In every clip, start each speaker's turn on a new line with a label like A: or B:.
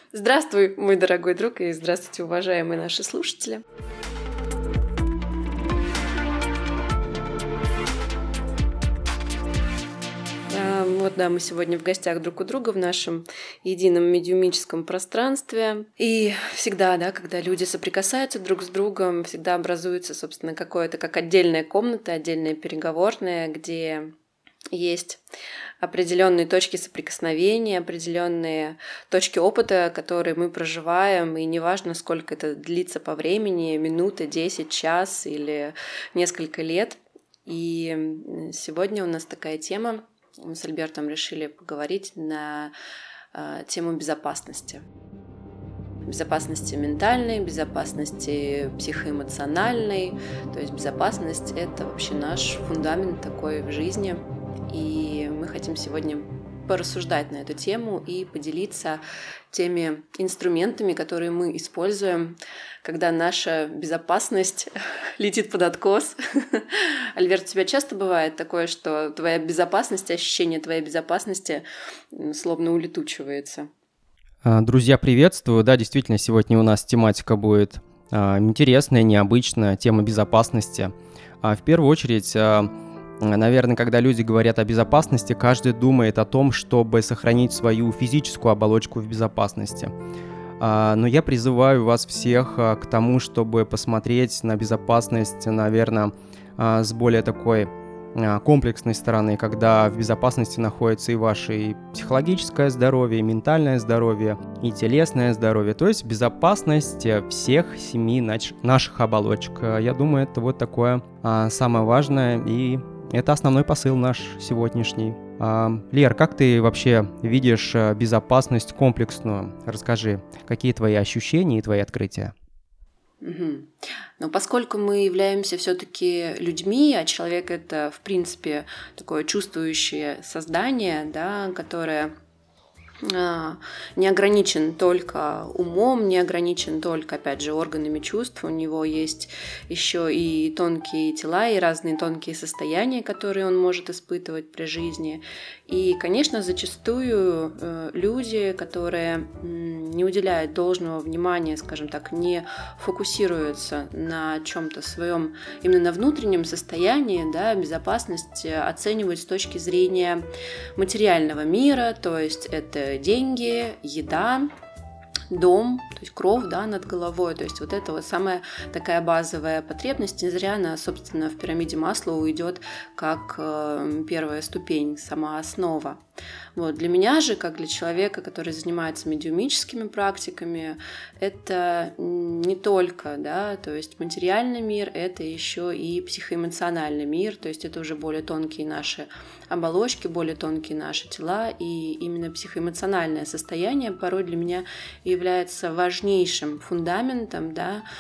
A: Здравствуй, мой дорогой друг, и здравствуйте, уважаемые наши слушатели. Мы сегодня в гостях друг у друга в нашем едином медиумическом пространстве. И всегда, когда люди соприкасаются друг с другом, всегда образуется, собственно, какое-то как отдельная комната, отдельная переговорная, где есть определенные точки соприкосновения, определенные точки опыта, которые мы проживаем, и неважно, сколько это длится по времени, минуты, 10, час или несколько лет. И сегодня у нас такая тема. Мы с Альбертом решили поговорить на тему безопасности. Безопасности ментальной, безопасности психоэмоциональной. То есть безопасность — это вообще наш фундамент такой в жизни. И мы хотим сегодня порассуждать на эту тему и поделиться теми инструментами, которые мы используем, когда наша безопасность летит под откос. Альберт, у тебя часто бывает такое, что твоя безопасность, ощущение твоей безопасности словно улетучивается?
B: Друзья, приветствую. Да, действительно, сегодня у нас тематика будет интересная, необычная, тема безопасности. В первую очередь, наверное, когда люди говорят о безопасности, каждый думает о том, чтобы сохранить свою физическую оболочку в безопасности. Но я призываю вас всех к тому, чтобы посмотреть на безопасность, наверное, с более такой комплексной стороны, когда в безопасности находится и ваше и психологическое здоровье, и ментальное здоровье, и телесное здоровье, то есть безопасность всех 7 наших оболочек. Я думаю, это вот такое самое важное, и это основной посыл наш сегодняшний. Лер, как ты вообще видишь безопасность комплексную? Расскажи, какие твои ощущения и твои открытия?
A: Но поскольку мы являемся все-таки людьми, а человек — это, в принципе, такое чувствующее создание, которое не ограничен только умом, не ограничен только, опять же, органами чувств. У него есть еще и тонкие тела, и разные тонкие состояния, которые он может испытывать при жизни. И, конечно, зачастую люди, которые не уделяют должного внимания, скажем так, не фокусируются на чем-то своем, именно на внутреннем состоянии, безопасность оценивают с точки зрения материального мира, то есть это деньги, еда, дом, то есть кров над головой. То есть вот это вот самая такая базовая потребность. Не зря она, собственно, в пирамиде Маслоу идет как первая ступень, сама основа. Для меня же, как для человека, который занимается медиумическими практиками, это не только, то есть материальный мир, это еще и психоэмоциональный мир, то есть это уже более тонкие наши оболочки, более тонкие наши тела, и именно психоэмоциональное состояние порой для меня является важнейшим фундаментом,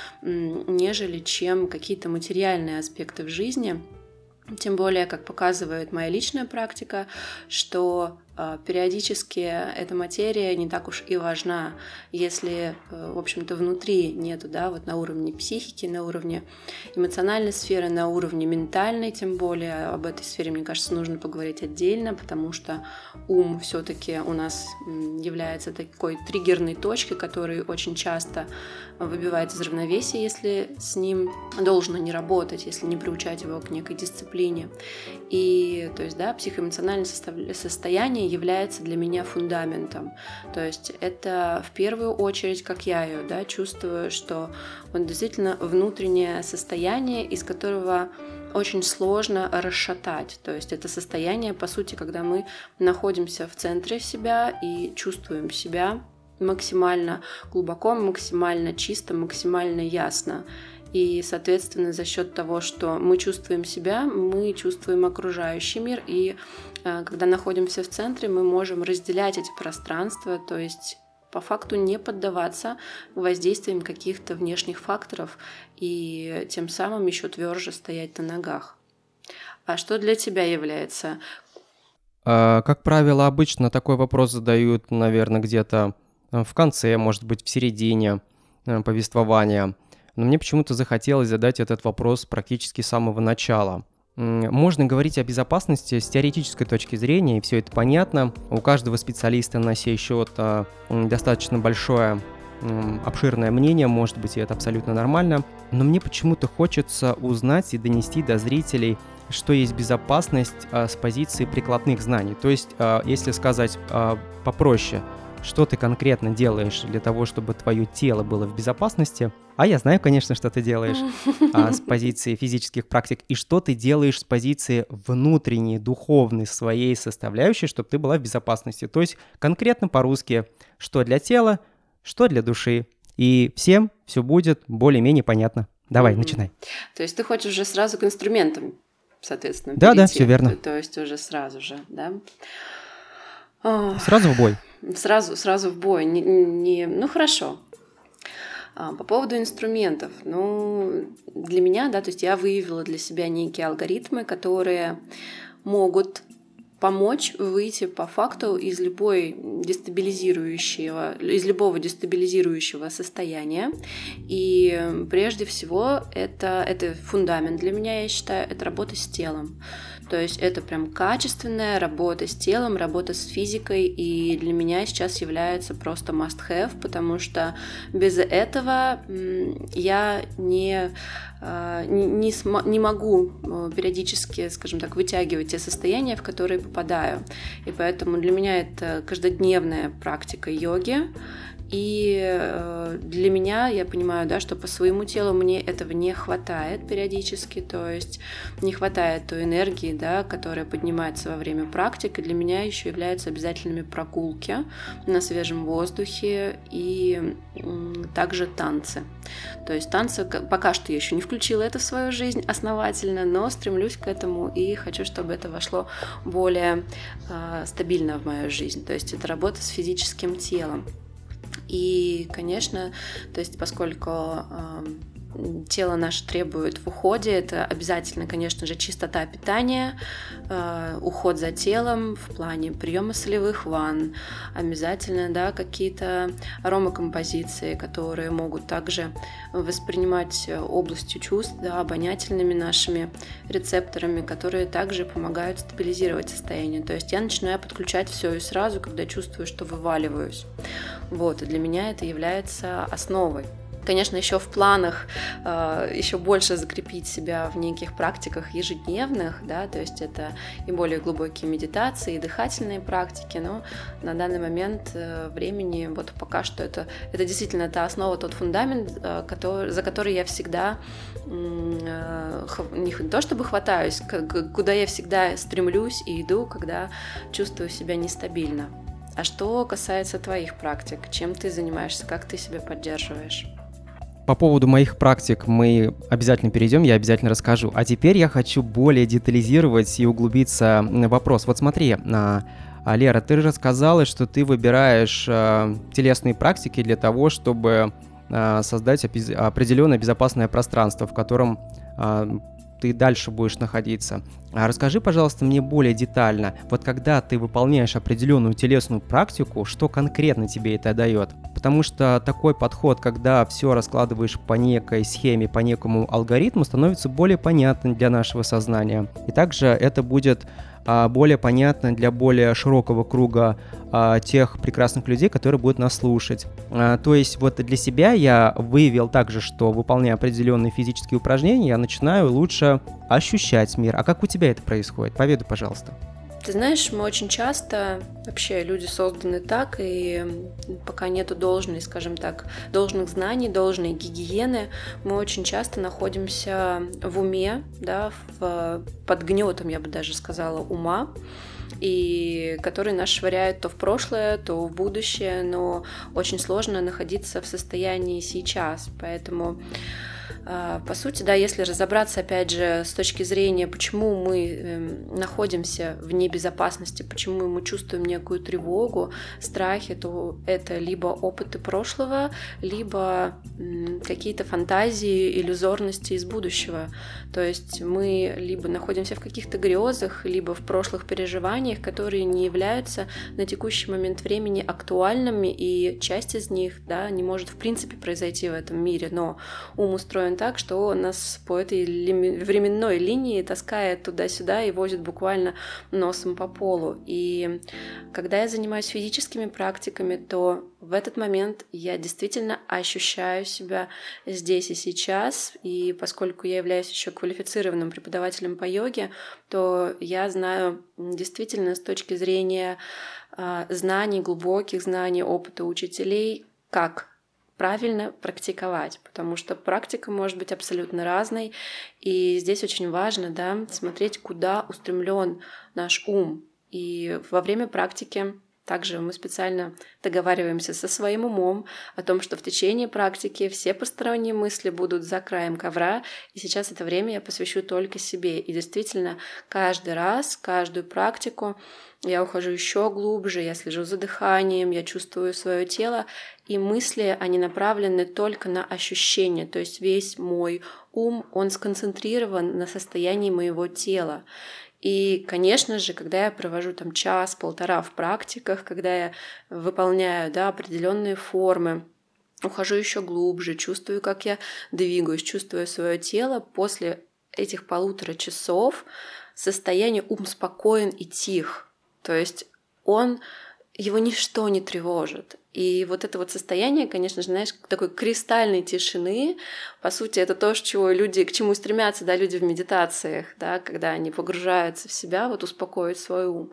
A: нежели чем какие-то материальные аспекты в жизни. Тем более, как показывает моя личная практика, что периодически эта материя не так уж и важна, если, в общем-то, внутри нету, на уровне психики, на уровне эмоциональной сферы, на уровне ментальной, тем более. Об этой сфере, мне кажется, нужно поговорить отдельно, потому что ум все-таки у нас является такой триггерной точкой, который очень часто выбивает из равновесия, если с ним должно не работать, если не приучать его к некой дисциплине. И, то есть, психоэмоциональное состояние является для меня фундаментом. То есть это в первую очередь, как я ее чувствую, что вот действительно внутреннее состояние, из которого очень сложно расшатать. То есть это состояние, по сути, когда мы находимся в центре себя и чувствуем себя максимально глубоко, максимально чисто, максимально ясно. И, соответственно, за счет того, что мы чувствуем себя, мы чувствуем окружающий мир. И когда находимся в центре, мы можем разделять эти пространства, то есть по факту не поддаваться воздействиям каких-то внешних факторов и тем самым еще тверже стоять на ногах. А что для тебя является?
B: Как правило, обычно такой вопрос задают, наверное, где-то в конце, может быть, в середине повествования. Но мне почему-то захотелось задать этот вопрос практически с самого начала. можно говорить о безопасности с теоретической точки зрения, и все это понятно. У каждого специалиста на сей счет достаточно большое, обширное мнение, может быть, и это абсолютно нормально. Но мне почему-то хочется узнать и донести до зрителей, что есть безопасность с позиции прикладных знаний. То есть, если сказать попроще, что ты конкретно делаешь для того, чтобы твое тело было в безопасности, а я знаю, конечно, что ты делаешь с позиции физических практик, и что ты делаешь с позиции внутренней, духовной своей составляющей, чтобы ты была в безопасности. То есть конкретно по-русски, что для тела, что для души. И всем все будет более-менее понятно. Давай, начинай.
A: То есть ты хочешь уже сразу к инструментам, соответственно,
B: перейти? Да, все
A: верно.
B: верно.
A: То есть уже сразу же, да?
B: Сразу в бой.
A: Сразу в бой. Ну, хорошо. По поводу инструментов. Для меня, да, то есть я выявила для себя некие алгоритмы, которые могут помочь выйти по факту из любого дестабилизирующего состояния. И прежде всего это фундамент для меня, я считаю, это работа с телом. То есть это прям качественная работа с телом, работа с физикой, и для меня сейчас является просто must-have, потому что без этого я не могу периодически, скажем так, вытягивать те состояния, в которые попадаю. И поэтому для меня это каждодневная практика йоги. И для меня, я понимаю, да, что по своему телу мне этого не хватает периодически, то есть не хватает той энергии, да, которая поднимается во время практик, и для меня еще являются обязательными прогулки на свежем воздухе и также танцы. То есть танцы, пока что я еще не включила это в свою жизнь основательно, но стремлюсь к этому и хочу, чтобы это вошло более стабильно в мою жизнь. То есть это работа с физическим телом. И, конечно, то есть поскольку тело наше требует в уходе, это обязательно, конечно же, чистота питания, уход за телом в плане приема солевых ванн, обязательно, да, какие-то аромакомпозиции, которые могут также воспринимать областью чувств, да, обонятельными нашими рецепторами, которые также помогают стабилизировать состояние. То есть я начинаю подключать все и сразу, когда чувствую, что вываливаюсь. Вот, и для меня это является основой. Конечно, еще в планах еще больше закрепить себя в неких практиках ежедневных, да, то есть это и более глубокие медитации, и дыхательные практики, но на данный момент времени вот пока что это действительно та основа, тот фундамент, за который я всегда не то чтобы хватаюсь, куда я всегда стремлюсь и иду, когда чувствую себя нестабильно. А что касается твоих практик, чем ты занимаешься, как ты себя поддерживаешь?
B: По поводу моих практик мы обязательно перейдем, я обязательно расскажу. А теперь я хочу более детализировать и углубиться в вопрос. Вот смотри, Лера, ты же сказала, что ты выбираешь телесные практики для того, чтобы создать определенное безопасное пространство, в котором ты дальше будешь находиться. Расскажи, пожалуйста, мне более детально, вот когда ты выполняешь определенную телесную практику, что конкретно тебе это дает? Потому что такой подход, когда все раскладываешь по некой схеме, по некому алгоритму, становится более понятным для нашего сознания. И также это будет более понятно для более широкого круга тех прекрасных людей, которые будут нас слушать. То есть вот для себя я выявил также, что выполняя определенные физические упражнения, я начинаю лучше ощущать мир. А как у тебя это происходит? Поведай, пожалуйста.
A: Ты знаешь, мы очень часто, вообще люди созданы так, и пока нету должных знаний, должной гигиены, мы очень часто находимся в уме, да, под гнетом, я бы даже сказала, ума, и который нас швыряет то в прошлое, то в будущее, но очень сложно находиться в состоянии сейчас, поэтому... По сути, да, если разобраться, опять же, с точки зрения, почему мы находимся в небезопасности, почему мы чувствуем некую тревогу, страхи, то это либо опыты прошлого, либо какие-то фантазии, иллюзорности из будущего. То есть мы либо находимся в каких-то грезах, либо в прошлых переживаниях, переживаниях, которые не являются на текущий момент времени актуальными, и часть из них, да, не может в принципе произойти в этом мире, но ум устроен так, что он нас по этой временной линии таскает туда-сюда и возит буквально носом по полу. И когда я занимаюсь физическими практиками, то в этот момент я действительно ощущаю себя здесь и сейчас, и поскольку я являюсь еще квалифицированным преподавателем по йоге, то я знаю действительно с точки зрения знаний, глубоких знаний, опыта учителей, как правильно практиковать, потому что практика может быть абсолютно разной, и здесь очень важно, да, смотреть, куда устремлен наш ум. И во время практики также мы специально договариваемся со своим умом о том, что в течение практики все посторонние мысли будут за краем ковра, и сейчас это время я посвящу только себе. И действительно, каждый раз, каждую практику я ухожу еще глубже, я слежу за дыханием, я чувствую свое тело, и мысли, они направлены только на ощущения, то есть весь мой ум, он сконцентрирован на состоянии моего тела. И, конечно же, когда я провожу там час-полтора в практиках, когда я выполняю, да, определенные формы, ухожу еще глубже, чувствую, как я двигаюсь, чувствую свое тело, после этих 1,5 часов состояние ум спокоен и тих. То есть его ничто не тревожит. И вот это вот состояние, конечно же, знаешь, такой кристальной тишины, по сути, это то, к чему стремятся, да, люди в медитациях, да, когда они погружаются в себя, вот успокоить свой ум.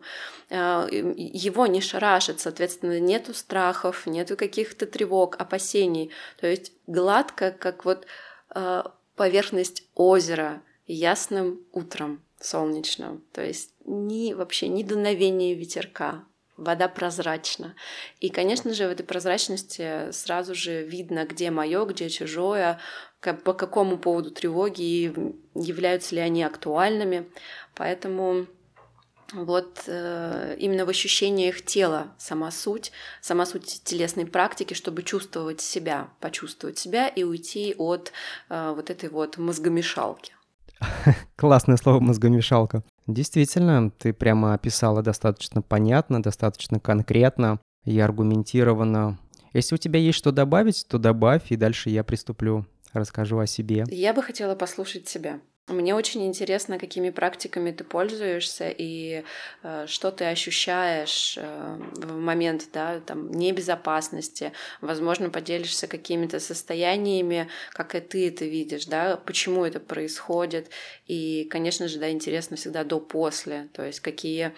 A: Его не шарашит, соответственно, нету страхов, нету каких-то тревог, опасений. То есть гладко, как вот поверхность озера ясным утром солнечным. То есть вообще ни дуновения ветерка. Вода прозрачна. И, конечно же, в этой прозрачности сразу же видно, где мое, где чужое, по какому поводу тревоги и являются ли они актуальными. Поэтому вот именно в ощущениях тела сама суть телесной практики, чтобы чувствовать себя, почувствовать себя и уйти от вот этой вот мозгомешалки.
B: Классное слово «мозгомешалка». Действительно, ты прямо описала достаточно понятно, достаточно конкретно и аргументированно. Если у тебя есть что добавить, то добавь, и дальше я приступлю, расскажу о себе.
A: Я бы хотела послушать тебя. Мне очень интересно, какими практиками ты пользуешься и что ты ощущаешь в момент, да, там, небезопасности. Возможно, поделишься какими-то состояниями, как и ты это видишь, да, почему это происходит. И, конечно же, да, интересно всегда до-после, то есть какая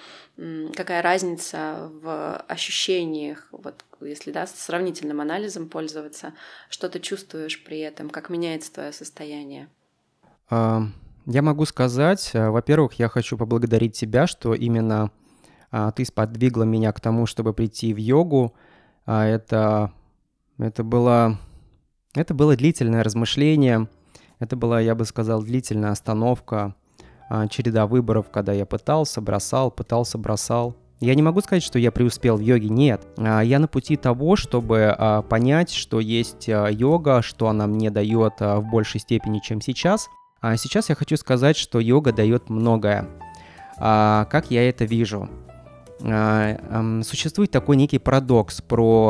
A: разница в ощущениях, вот если, да, с сравнительным анализом пользоваться, что ты чувствуешь при этом, как меняется твое состояние.
B: Я могу сказать, во-первых, я хочу поблагодарить тебя, что именно ты сподвигла меня к тому, чтобы прийти в йогу. Это было длительное размышление, это была, я бы сказал, длительная остановка, череда выборов, когда я пытался, бросал. Я не могу сказать, что я преуспел в йоге, нет. Я на пути того, чтобы понять, что есть йога, что она мне дает в большей степени, чем сейчас. А сейчас я хочу сказать, что йога дает многое. Как я это вижу? Существует такой некий парадокс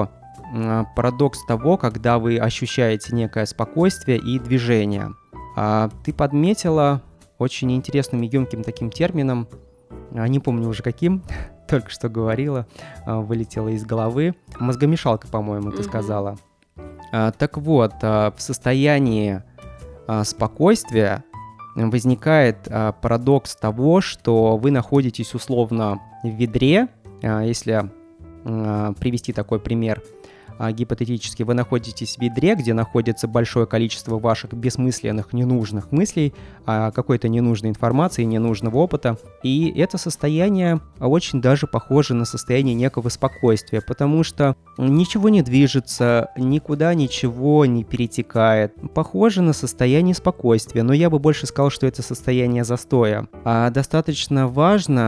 B: того, когда вы ощущаете некое спокойствие и движение. Ты подметила очень интересным и емким таким термином, не помню уже каким, только что говорила, вылетело из головы. Мозгомешалка, по-моему, ты сказала. Так вот, в состоянии спокойствия возникает парадокс того, что вы находитесь условно в ведре, если привести такой пример гипотетически, вы находитесь в ведре, где находится большое количество ваших бессмысленных, ненужных мыслей, какой-то ненужной информации, ненужного опыта. И это состояние очень даже похоже на состояние некого спокойствия, потому что ничего не движется, никуда ничего не перетекает. Похоже на состояние спокойствия, но я бы больше сказал, что это состояние застоя. Достаточно важно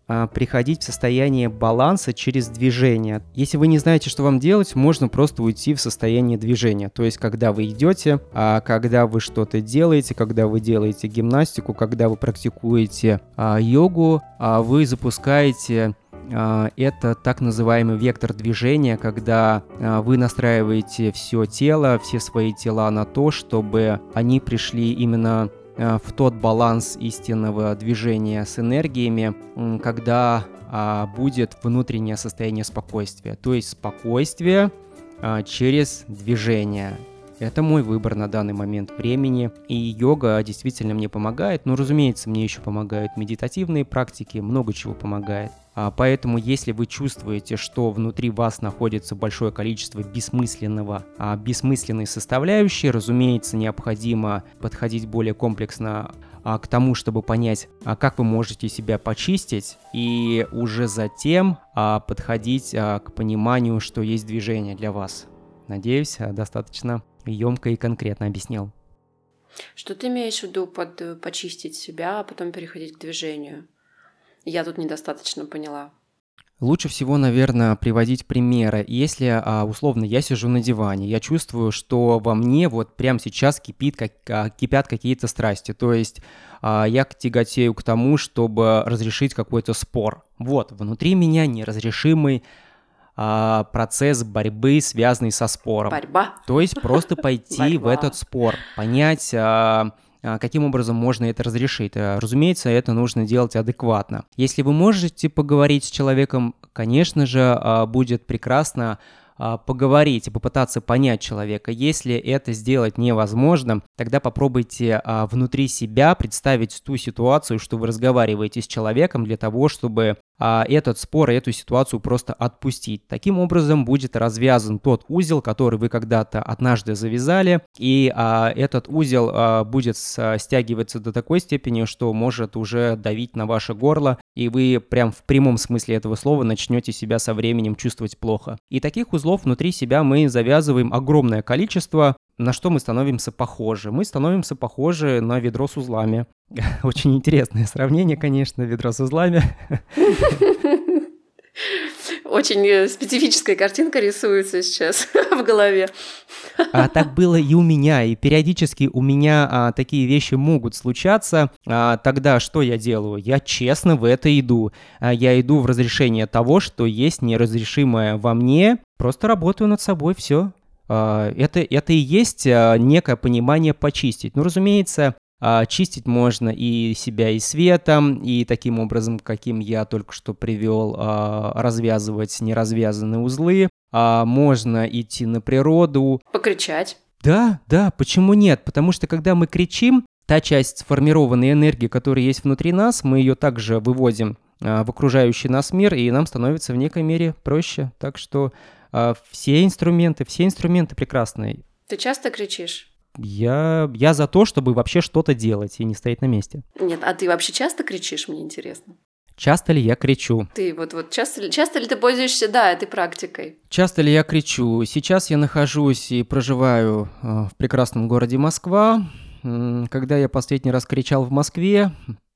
B: приходить в состояние баланса через движение. Если вы не знаете, что вам делать, можно просто уйти в состояние движения. То есть, когда вы идете, когда вы что-то делаете, когда вы делаете гимнастику, когда вы практикуете йогу, вы запускаете это так называемый вектор движения, когда вы настраиваете все тело, все свои тела на то, чтобы они пришли именно в тот баланс истинного движения с энергиями, когда будет внутреннее состояние спокойствия. То есть спокойствие через движение. Это мой выбор на данный момент времени, и йога действительно мне помогает, но, разумеется, мне еще помогают медитативные практики, много чего помогает. Поэтому, если вы чувствуете, что внутри вас находится большое количество бессмысленной составляющей, разумеется, необходимо подходить более комплексно к тому, чтобы понять, как вы можете себя почистить, и уже затем подходить к пониманию, что есть движение для вас. Надеюсь, достаточно емко и конкретно объяснил.
A: Что ты имеешь в виду под почистить себя, а потом переходить к движению? Я тут недостаточно поняла.
B: Лучше всего, наверное, приводить примеры. Если, условно, я сижу на диване, я чувствую, что во мне вот прямо сейчас кипят какие-то страсти. То есть я тяготею к тому, чтобы разрешить какой-то спор. Вот, внутри меня неразрешимый процесс борьбы, связанный со спором.
A: Борьба.
B: То есть просто пойти в этот спор, понять, каким образом можно это разрешить. Разумеется, это нужно делать адекватно. Если вы можете поговорить с человеком, конечно же, будет прекрасно поговорить и попытаться понять человека. Если это сделать невозможно, тогда попробуйте внутри себя представить ту ситуацию, что вы разговариваете с человеком для того, чтобы этот спор и эту ситуацию просто отпустить. Таким образом будет развязан тот узел, который вы когда-то однажды завязали, и этот узел будет стягиваться до такой степени, что может уже давить на ваше горло, и вы прям в прямом смысле этого слова начнете себя со временем чувствовать плохо. И таких узлов внутри себя мы завязываем огромное количество. На что мы становимся похожи? Мы становимся похожи на ведро с узлами. Очень интересное сравнение, конечно, ведро с узлами.
A: Очень специфическая картинка рисуется сейчас в голове.
B: Так было и у меня, и периодически у меня такие вещи могут случаться. Тогда что я делаю? Я честно в это иду. Я иду в разрешение того, что есть неразрешимое во мне. Просто работаю над собой, все. Это и есть некое понимание почистить. Ну, разумеется, чистить можно и себя, и светом, и таким образом, каким я только что привел, развязывать неразвязанные узлы. Можно идти на природу.
A: Покричать.
B: Да, почему нет? Потому что когда мы кричим, та часть сформированной энергии, которая есть внутри нас, мы ее также выводим в окружающий нас мир, и нам становится в некой мере проще. Так что все инструменты прекрасные.
A: Ты часто кричишь?
B: Я за то, чтобы вообще что-то делать и не стоять на месте.
A: Нет, а ты вообще часто кричишь, мне интересно?
B: Часто ли я кричу?
A: Ты вот часто ли ты пользуешься, этой практикой?
B: Часто ли я кричу? Сейчас я нахожусь и проживаю в прекрасном городе Москва. Когда я последний раз кричал в Москве,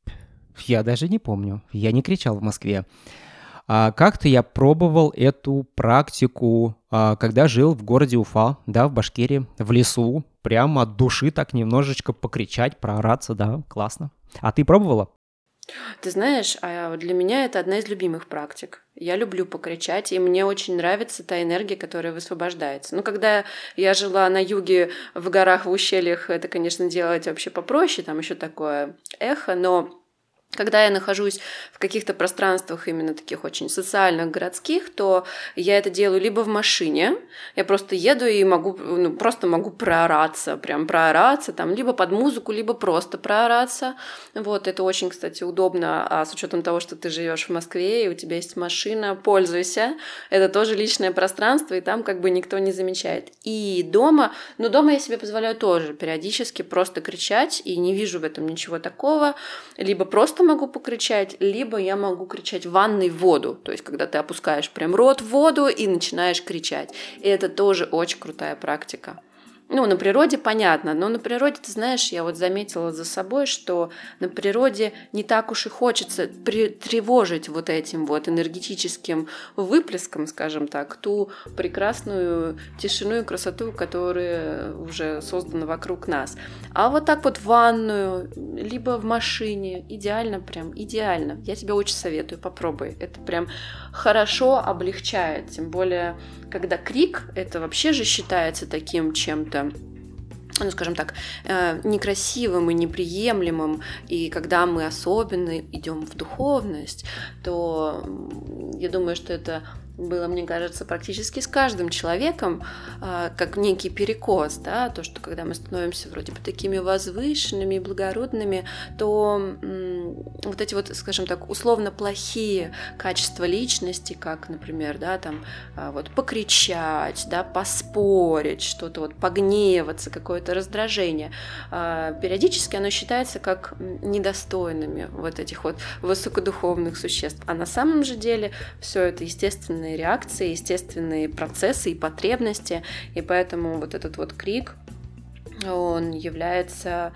B: я даже не помню. Я не кричал в Москве. Как-то я пробовал эту практику, когда жил в городе Уфа, в Башкирии, в лесу. Прямо от души так немножечко покричать, проораться, классно. А ты пробовала?
A: Ты знаешь, для меня это одна из любимых практик. Я люблю покричать, и мне очень нравится та энергия, которая высвобождается. Когда я жила на юге, в горах, в ущельях, это, конечно, делать вообще попроще, там еще такое эхо, но когда я нахожусь в каких-то пространствах именно таких очень социальных, городских, то я это делаю либо в машине, я просто еду и могу проораться, там, либо под музыку, либо просто проораться. Это очень, кстати, удобно, с учетом того, что ты живешь в Москве, и у тебя есть машина, пользуйся. Это тоже личное пространство, и там никто не замечает. И дома я себе позволяю тоже периодически просто кричать, и не вижу в этом ничего такого, либо просто могу покричать, либо я могу кричать в ванной в воду, то есть когда ты опускаешь прям рот в воду и начинаешь кричать. И это тоже очень крутая практика. Ну, на природе понятно, но на природе, ты знаешь, я вот заметила за собой, что на природе не так уж и хочется тревожить вот этим вот энергетическим выплеском, скажем так, ту прекрасную тишину и красоту, которая уже создана вокруг нас. А вот так вот в ванную, либо в машине, идеально, прям идеально. Я тебе очень советую, попробуй. Это прям хорошо облегчает, тем более, когда крик, это вообще же считается таким чем-то, ну, скажем так, некрасивым и неприемлемым, и когда мы особенно идем в духовность, то я думаю, что это было, мне кажется, практически с каждым человеком, как некий перекос, да, то, что когда мы становимся вроде бы такими возвышенными и благородными, то вот эти вот, скажем так, условно плохие качества личности, как, например, да, там, вот покричать, да, поспорить, что-то вот погневаться, какое-то раздражение, периодически оно считается как недостойными вот этих вот высокодуховных существ. А на самом же деле все это естественно реакции, естественные процессы и потребности, и поэтому вот этот вот крик, он является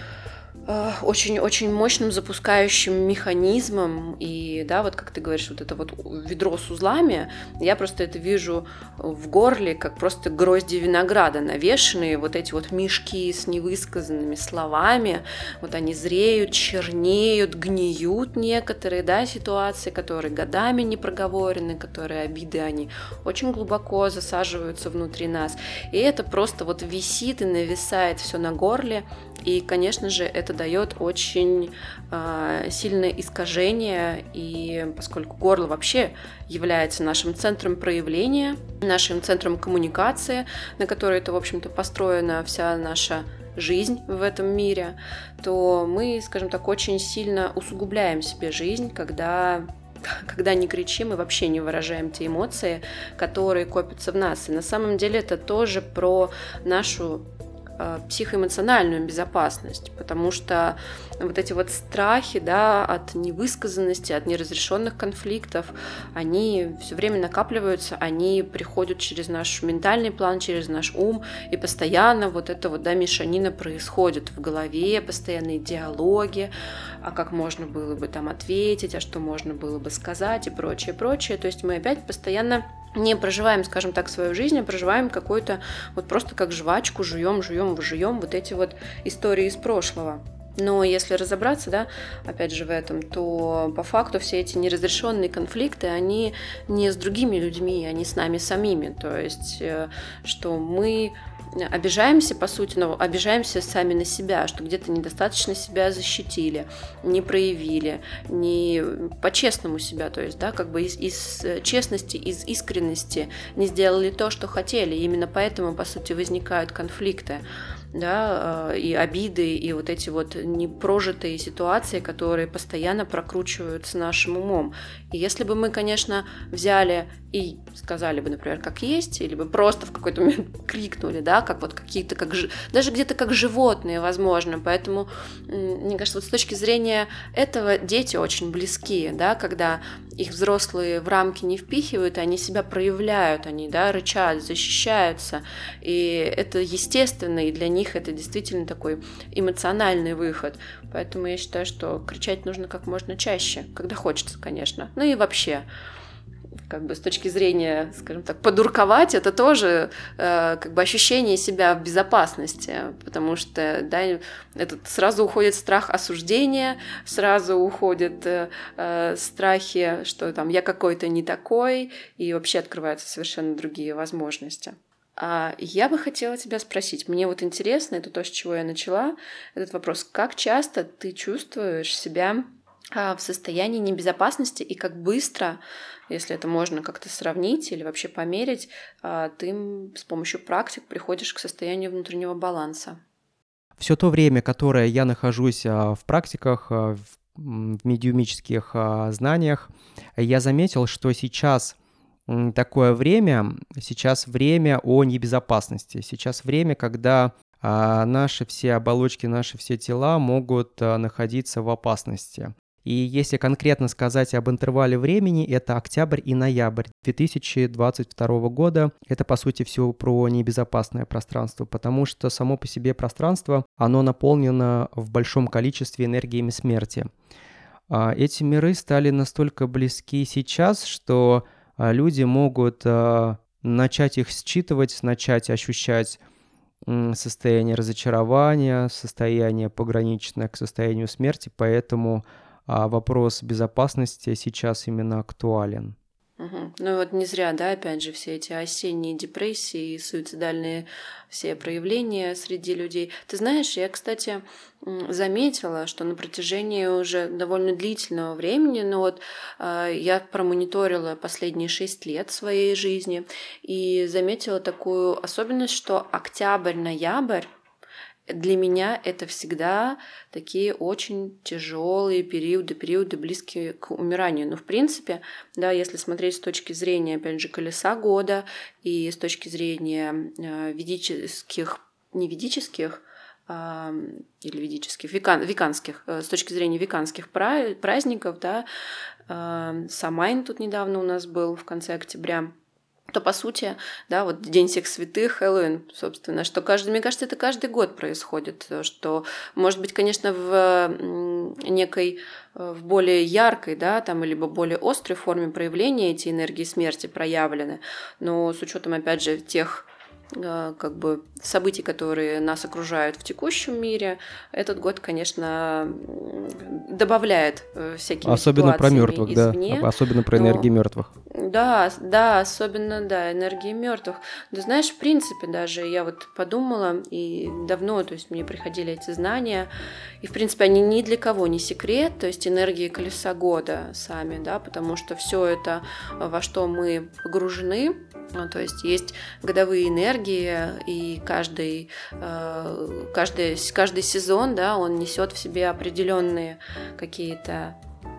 A: очень-очень мощным запускающим механизмом, и да, вот как ты говоришь, вот это вот ведро с узлами, я просто это вижу в горле, как просто грозди винограда навешенные, вот эти вот мешки с невысказанными словами, вот они зреют, чернеют, гниют некоторые, да, ситуации, которые годами не проговорены, которые обиды, они очень глубоко засаживаются внутри нас, и это просто вот висит и нависает все на горле, и, конечно же, это дает очень сильное искажение, и поскольку горло вообще является нашим центром проявления, нашим центром коммуникации, на которой это, в общем-то, построена вся наша жизнь в этом мире, то мы, скажем так, очень сильно усугубляем себе жизнь, когда не кричим и вообще не выражаем те эмоции, которые копятся в нас. И на самом деле это тоже про нашу психоэмоциональную безопасность, потому что вот эти вот страхи, да, от невысказанности, от неразрешенных конфликтов, они все время накапливаются, они приходят через наш ментальный план, через наш ум, и постоянно вот это вот, да, мешанина происходит в голове, постоянные диалоги, а как можно было бы там ответить, а что можно было бы сказать и прочее, прочее. То есть мы опять постоянно не проживаем, скажем так, свою жизнь, а проживаем какую-то вот просто как жвачку, жуем вот эти вот истории из прошлого. Но если разобраться, да, опять же в этом, то по факту все эти неразрешенные конфликты, они не с другими людьми, они с нами самими. То есть, что мы обижаемся, по сути, но обижаемся сами на себя, что где-то недостаточно себя защитили, не проявили, не по-честному себя, то есть, да, как бы из честности, из искренности не сделали то, что хотели. И именно поэтому, по сути, возникают конфликты, да, и обиды, и вот эти вот непрожитые ситуации, которые постоянно прокручиваются нашим умом. И если бы мы, конечно, взяли и сказали бы, например, как есть, или бы просто в какой-то момент крикнули, да, как вот какие-то, даже где-то как животные, возможно. Поэтому, мне кажется, вот с точки зрения этого дети очень близки, да, когда их взрослые в рамки не впихивают, они себя проявляют, они, да, рычат, защищаются, и это естественно, и для них это действительно такой эмоциональный выход. Поэтому я считаю, что кричать нужно как можно чаще, когда хочется, конечно. Ну и вообще, как бы с точки зрения, скажем так, подурковать, это тоже как бы ощущение себя в безопасности, потому что, да, этот сразу уходит страх осуждения, сразу уходят страхи, что там я какой-то не такой, и вообще открываются совершенно другие возможности. Я бы хотела тебя спросить, мне вот интересно, это то, с чего я начала, этот вопрос, как часто ты чувствуешь себя в состоянии небезопасности и как быстро, если это можно как-то сравнить или вообще померить, ты с помощью практик приходишь к состоянию внутреннего баланса?
B: Все то время, которое я нахожусь в практиках, в медиумических знаниях, я заметил, что сейчас такое время, сейчас время о небезопасности, сейчас время, когда наши все оболочки, наши все тела могут находиться в опасности. И если конкретно сказать об интервале времени, это октябрь и ноябрь 2022 года. Это, по сути, все про небезопасное пространство, потому что само по себе пространство, оно наполнено в большом количестве энергиями смерти. Эти миры стали настолько близки сейчас, что люди могут начать их считывать, начать ощущать состояние разочарования, состояние пограничное к состоянию смерти, поэтому вопрос безопасности сейчас именно актуален.
A: Угу. Ну и вот не зря, да, опять же, все эти осенние депрессии, суицидальные все проявления среди людей. Ты знаешь, я, кстати, заметила, что на протяжении уже довольно длительного времени, ну вот я промониторила последние 6 лет своей жизни и заметила такую особенность, что октябрь-ноябрь для меня это всегда такие очень тяжелые периоды близкие к умиранию. Но в принципе, да, если смотреть с точки зрения, опять же, колеса года и с точки зрения веканских, с точки зрения веканских праздников, да, Самайн тут недавно у нас был в конце октября, то, по сути, да, вот День всех святых, Хэллоуин, собственно, что мне кажется, это каждый год происходит, что, может быть, конечно, в более яркой, да, там, либо более острой форме проявления эти энергии смерти проявлены, но с учетом, опять же, тех как бы событий, которые нас окружают в текущем мире, этот год, конечно, добавляет всякими
B: особенно про мертвых,
A: извне.
B: Да, особенно про энергии мертвых.
A: Да, особенно, да, энергии мертвых. Да, знаешь, в принципе, даже я вот подумала, и давно, то есть мне приходили эти знания, и, в принципе, они ни для кого не секрет, то есть энергии колеса года сами, да, потому что все это, во что мы погружены, то есть годовые энергии, и каждый сезон, да, он несет в себе определенные какие-то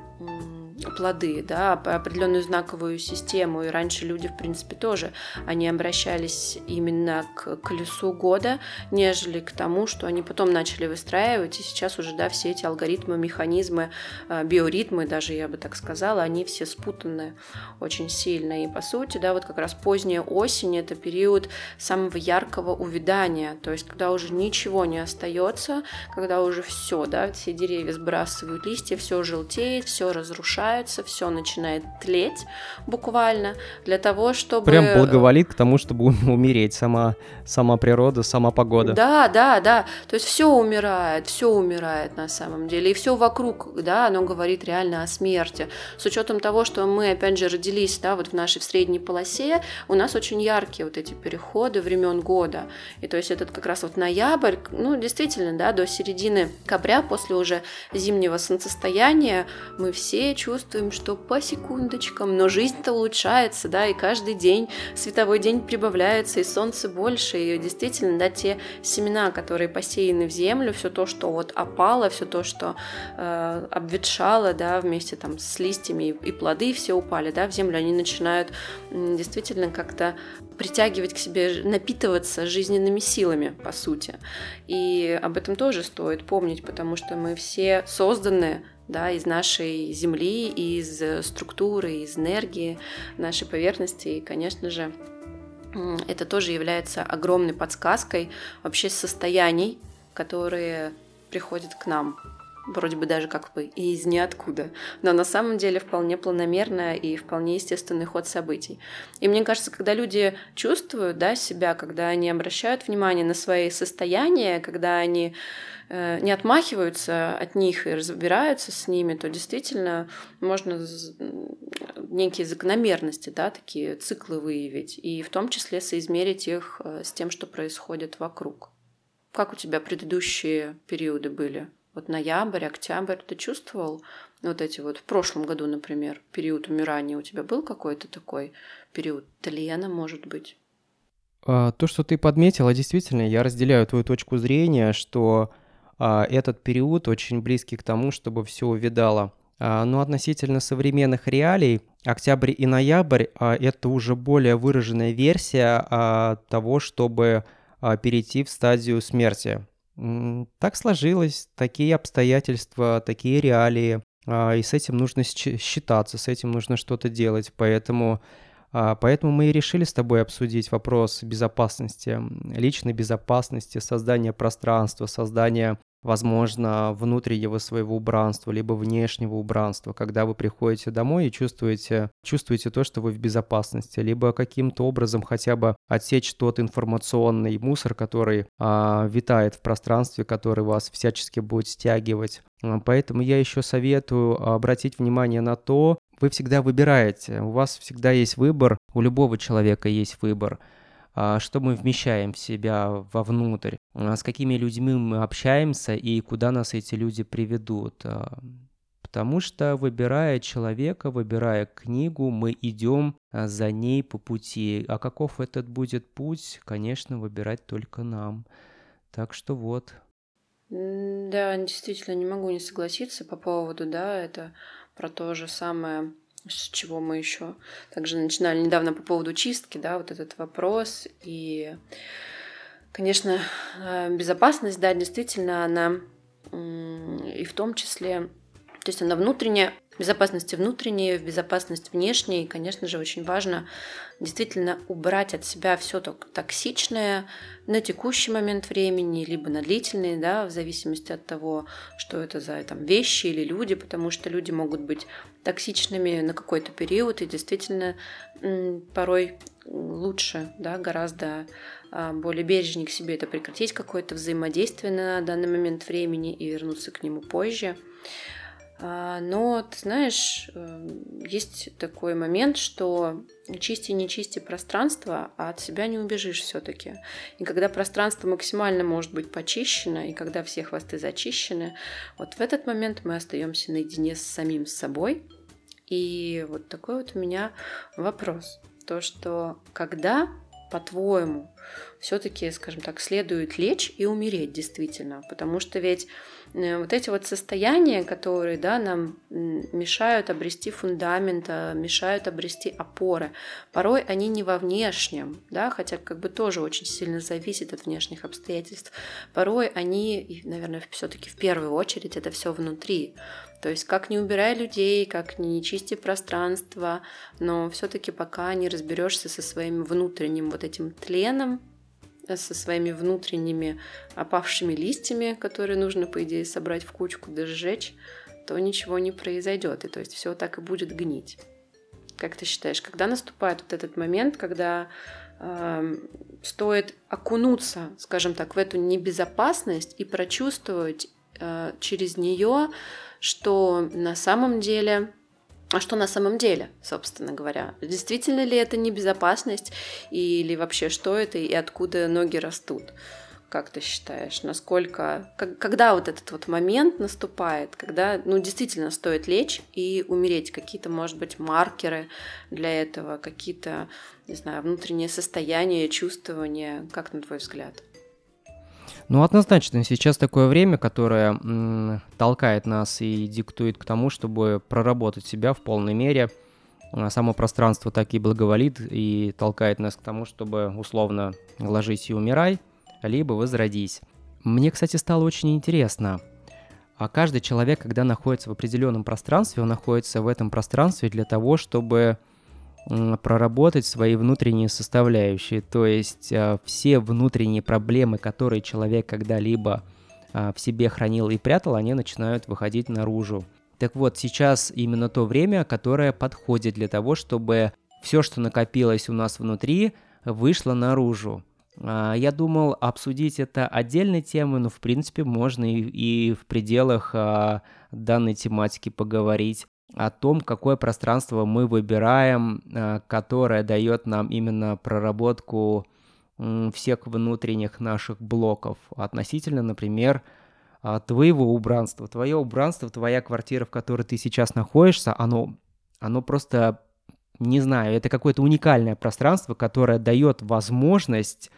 A: плоды, да, определенную знаковую систему. И раньше люди, в принципе, тоже, они обращались именно к колесу года, нежели к тому, что они потом начали выстраивать. И сейчас уже, да, все эти алгоритмы, механизмы, биоритмы, даже я бы так сказала, они все спутаны очень сильно. И, по сути, да, вот как раз поздняя осень – это период самого яркого увядания, то есть когда уже ничего не остается, когда уже все, да, все деревья сбрасывают листья, все желтеет, все разрушается, все начинает тлеть буквально для того, чтобы...
B: Прям благоволит к тому, чтобы умереть сама природа, сама погода.
A: Да. То есть все умирает на самом деле. И все вокруг, да, оно говорит реально о смерти. С учетом того, что мы, опять же, родились, да, вот в нашей средней полосе, у нас очень яркие вот эти переходы времен года. И то есть этот как раз вот ноябрь, ну, действительно, да, до середины декабря, после уже зимнего солнцестояния, мы все чувствуем, что по секундочкам, но жизнь-то улучшается, да, и каждый день, световой день прибавляется, и солнце больше, и действительно, да, те семена, которые посеяны в землю, все то, что вот опало, все то, что обветшало, да, вместе там с листьями, и плоды все упали, да, в землю, они начинают действительно как-то притягивать к себе, напитываться жизненными силами, по сути. И об этом тоже стоит помнить, потому что мы все созданы, да, из нашей Земли, из структуры, из энергии нашей поверхности. И, конечно же, это тоже является огромной подсказкой вообще состояний, которые приходят к нам. Вроде бы даже как бы и из ниоткуда, но на самом деле вполне планомерно и вполне естественный ход событий. И мне кажется, когда люди чувствуют, да, себя, когда они обращают внимание на свои состояния, когда они не отмахиваются от них и разбираются с ними, то действительно можно некие закономерности, да, такие циклы выявить, и в том числе соизмерить их с тем, что происходит вокруг. Как у тебя предыдущие периоды были? Вот ноябрь, октябрь, ты чувствовал вот эти вот в прошлом году, например, период умирания? У тебя был какой-то такой период тлена, может быть?
B: То, что ты подметила, действительно, я разделяю твою точку зрения, что этот период очень близкий к тому, чтобы все увядало. Но относительно современных реалий, октябрь и ноябрь – это уже более выраженная версия того, чтобы перейти в стадию смерти. Так сложилось, такие обстоятельства, такие реалии. и с этим нужно считаться, с этим нужно что-то делать. Поэтому мы и решили с тобой обсудить вопрос безопасности, личной безопасности, создания пространства, создания, возможно, внутреннего своего убранства, либо внешнего убранства, когда вы приходите домой и чувствуете то, что вы в безопасности, либо каким-то образом хотя бы отсечь тот информационный мусор, который витает в пространстве, который вас всячески будет стягивать. Поэтому я еще советую обратить внимание на то, вы всегда выбираете, у вас всегда есть выбор, у любого человека есть выбор, что мы вмещаем в себя вовнутрь, с какими людьми мы общаемся и куда нас эти люди приведут. Потому что, выбирая человека, выбирая книгу, мы идем за ней по пути. А каков этот будет путь, конечно, выбирать только нам. Так что вот.
A: Да, действительно, не могу не согласиться по поводу, да, это про то же самое, с чего мы еще также начинали недавно по поводу чистки, да, вот этот вопрос. И, конечно, безопасность, да, действительно, она и в том числе, то есть она внутренняя, в безопасности внутренней, в безопасность внешней. И, конечно же, очень важно действительно убрать от себя все токсичное на текущий момент времени, либо на длительный, да, в зависимости от того, что это за там, вещи или люди, потому что люди могут быть токсичными на какой-то период, и действительно порой лучше, да, гораздо более бережнее к себе это прекратить, какое-то взаимодействие на данный момент времени и вернуться к нему позже. Но, ты знаешь, есть такой момент, что чисти не чисти пространство, а от себя не убежишь все-таки. И когда пространство максимально может быть почищено, и когда все хвосты зачищены, вот в этот момент мы остаемся наедине с самим собой. И вот такой вот у меня вопрос. То, что когда, по-твоему, все-таки, скажем так, следует лечь и умереть действительно? Потому что ведь вот эти вот состояния, которые, да, нам мешают обрести фундамент, мешают обрести опоры, порой они не во внешнем, да, хотя как бы тоже очень сильно зависит от внешних обстоятельств. Порой они, и, наверное, все-таки в первую очередь это все внутри. То есть как не убирай людей, как не чисти пространство, но все-таки пока не разберешься со своим внутренним вот этим тленом, со своими внутренними опавшими листьями, которые нужно, по идее, собрать в кучку да сжечь, то ничего не произойдет. И то есть все так и будет гнить. Как ты считаешь, когда наступает вот этот момент, когда стоит окунуться, скажем так, в эту небезопасность и прочувствовать через нее, что на самом деле... А что на самом деле, собственно говоря? Действительно ли это небезопасность? Или вообще что это и откуда ноги растут? Как ты считаешь? Насколько... Когда вот этот вот момент наступает, когда действительно стоит лечь и умереть? Какие-то, может быть, маркеры для этого? Какие-то, не знаю, внутренние состояния, чувствования? Как на твой взгляд?
B: Однозначно, сейчас такое время, которое толкает нас и диктует к тому, чтобы проработать себя в полной мере. Само пространство так и благоволит и толкает нас к тому, чтобы условно ложись и умирай, либо возродись. Мне, кстати, стало очень интересно. А каждый человек, когда находится в определенном пространстве, он находится в этом пространстве для того, чтобы проработать свои внутренние составляющие, то есть все внутренние проблемы, которые человек когда-либо в себе хранил и прятал, они начинают выходить наружу. Так вот, сейчас именно то время, которое подходит для того, чтобы все, что накопилось у нас внутри, вышло наружу. Я думал обсудить это отдельной темой, но в принципе можно и в пределах данной тематики поговорить о том, какое пространство мы выбираем, которое дает нам именно проработку всех внутренних наших блоков относительно, например, твоего убранства. Твое убранство, твоя квартира, в которой ты сейчас находишься, оно просто, не знаю, это какое-то уникальное пространство, которое дает возможность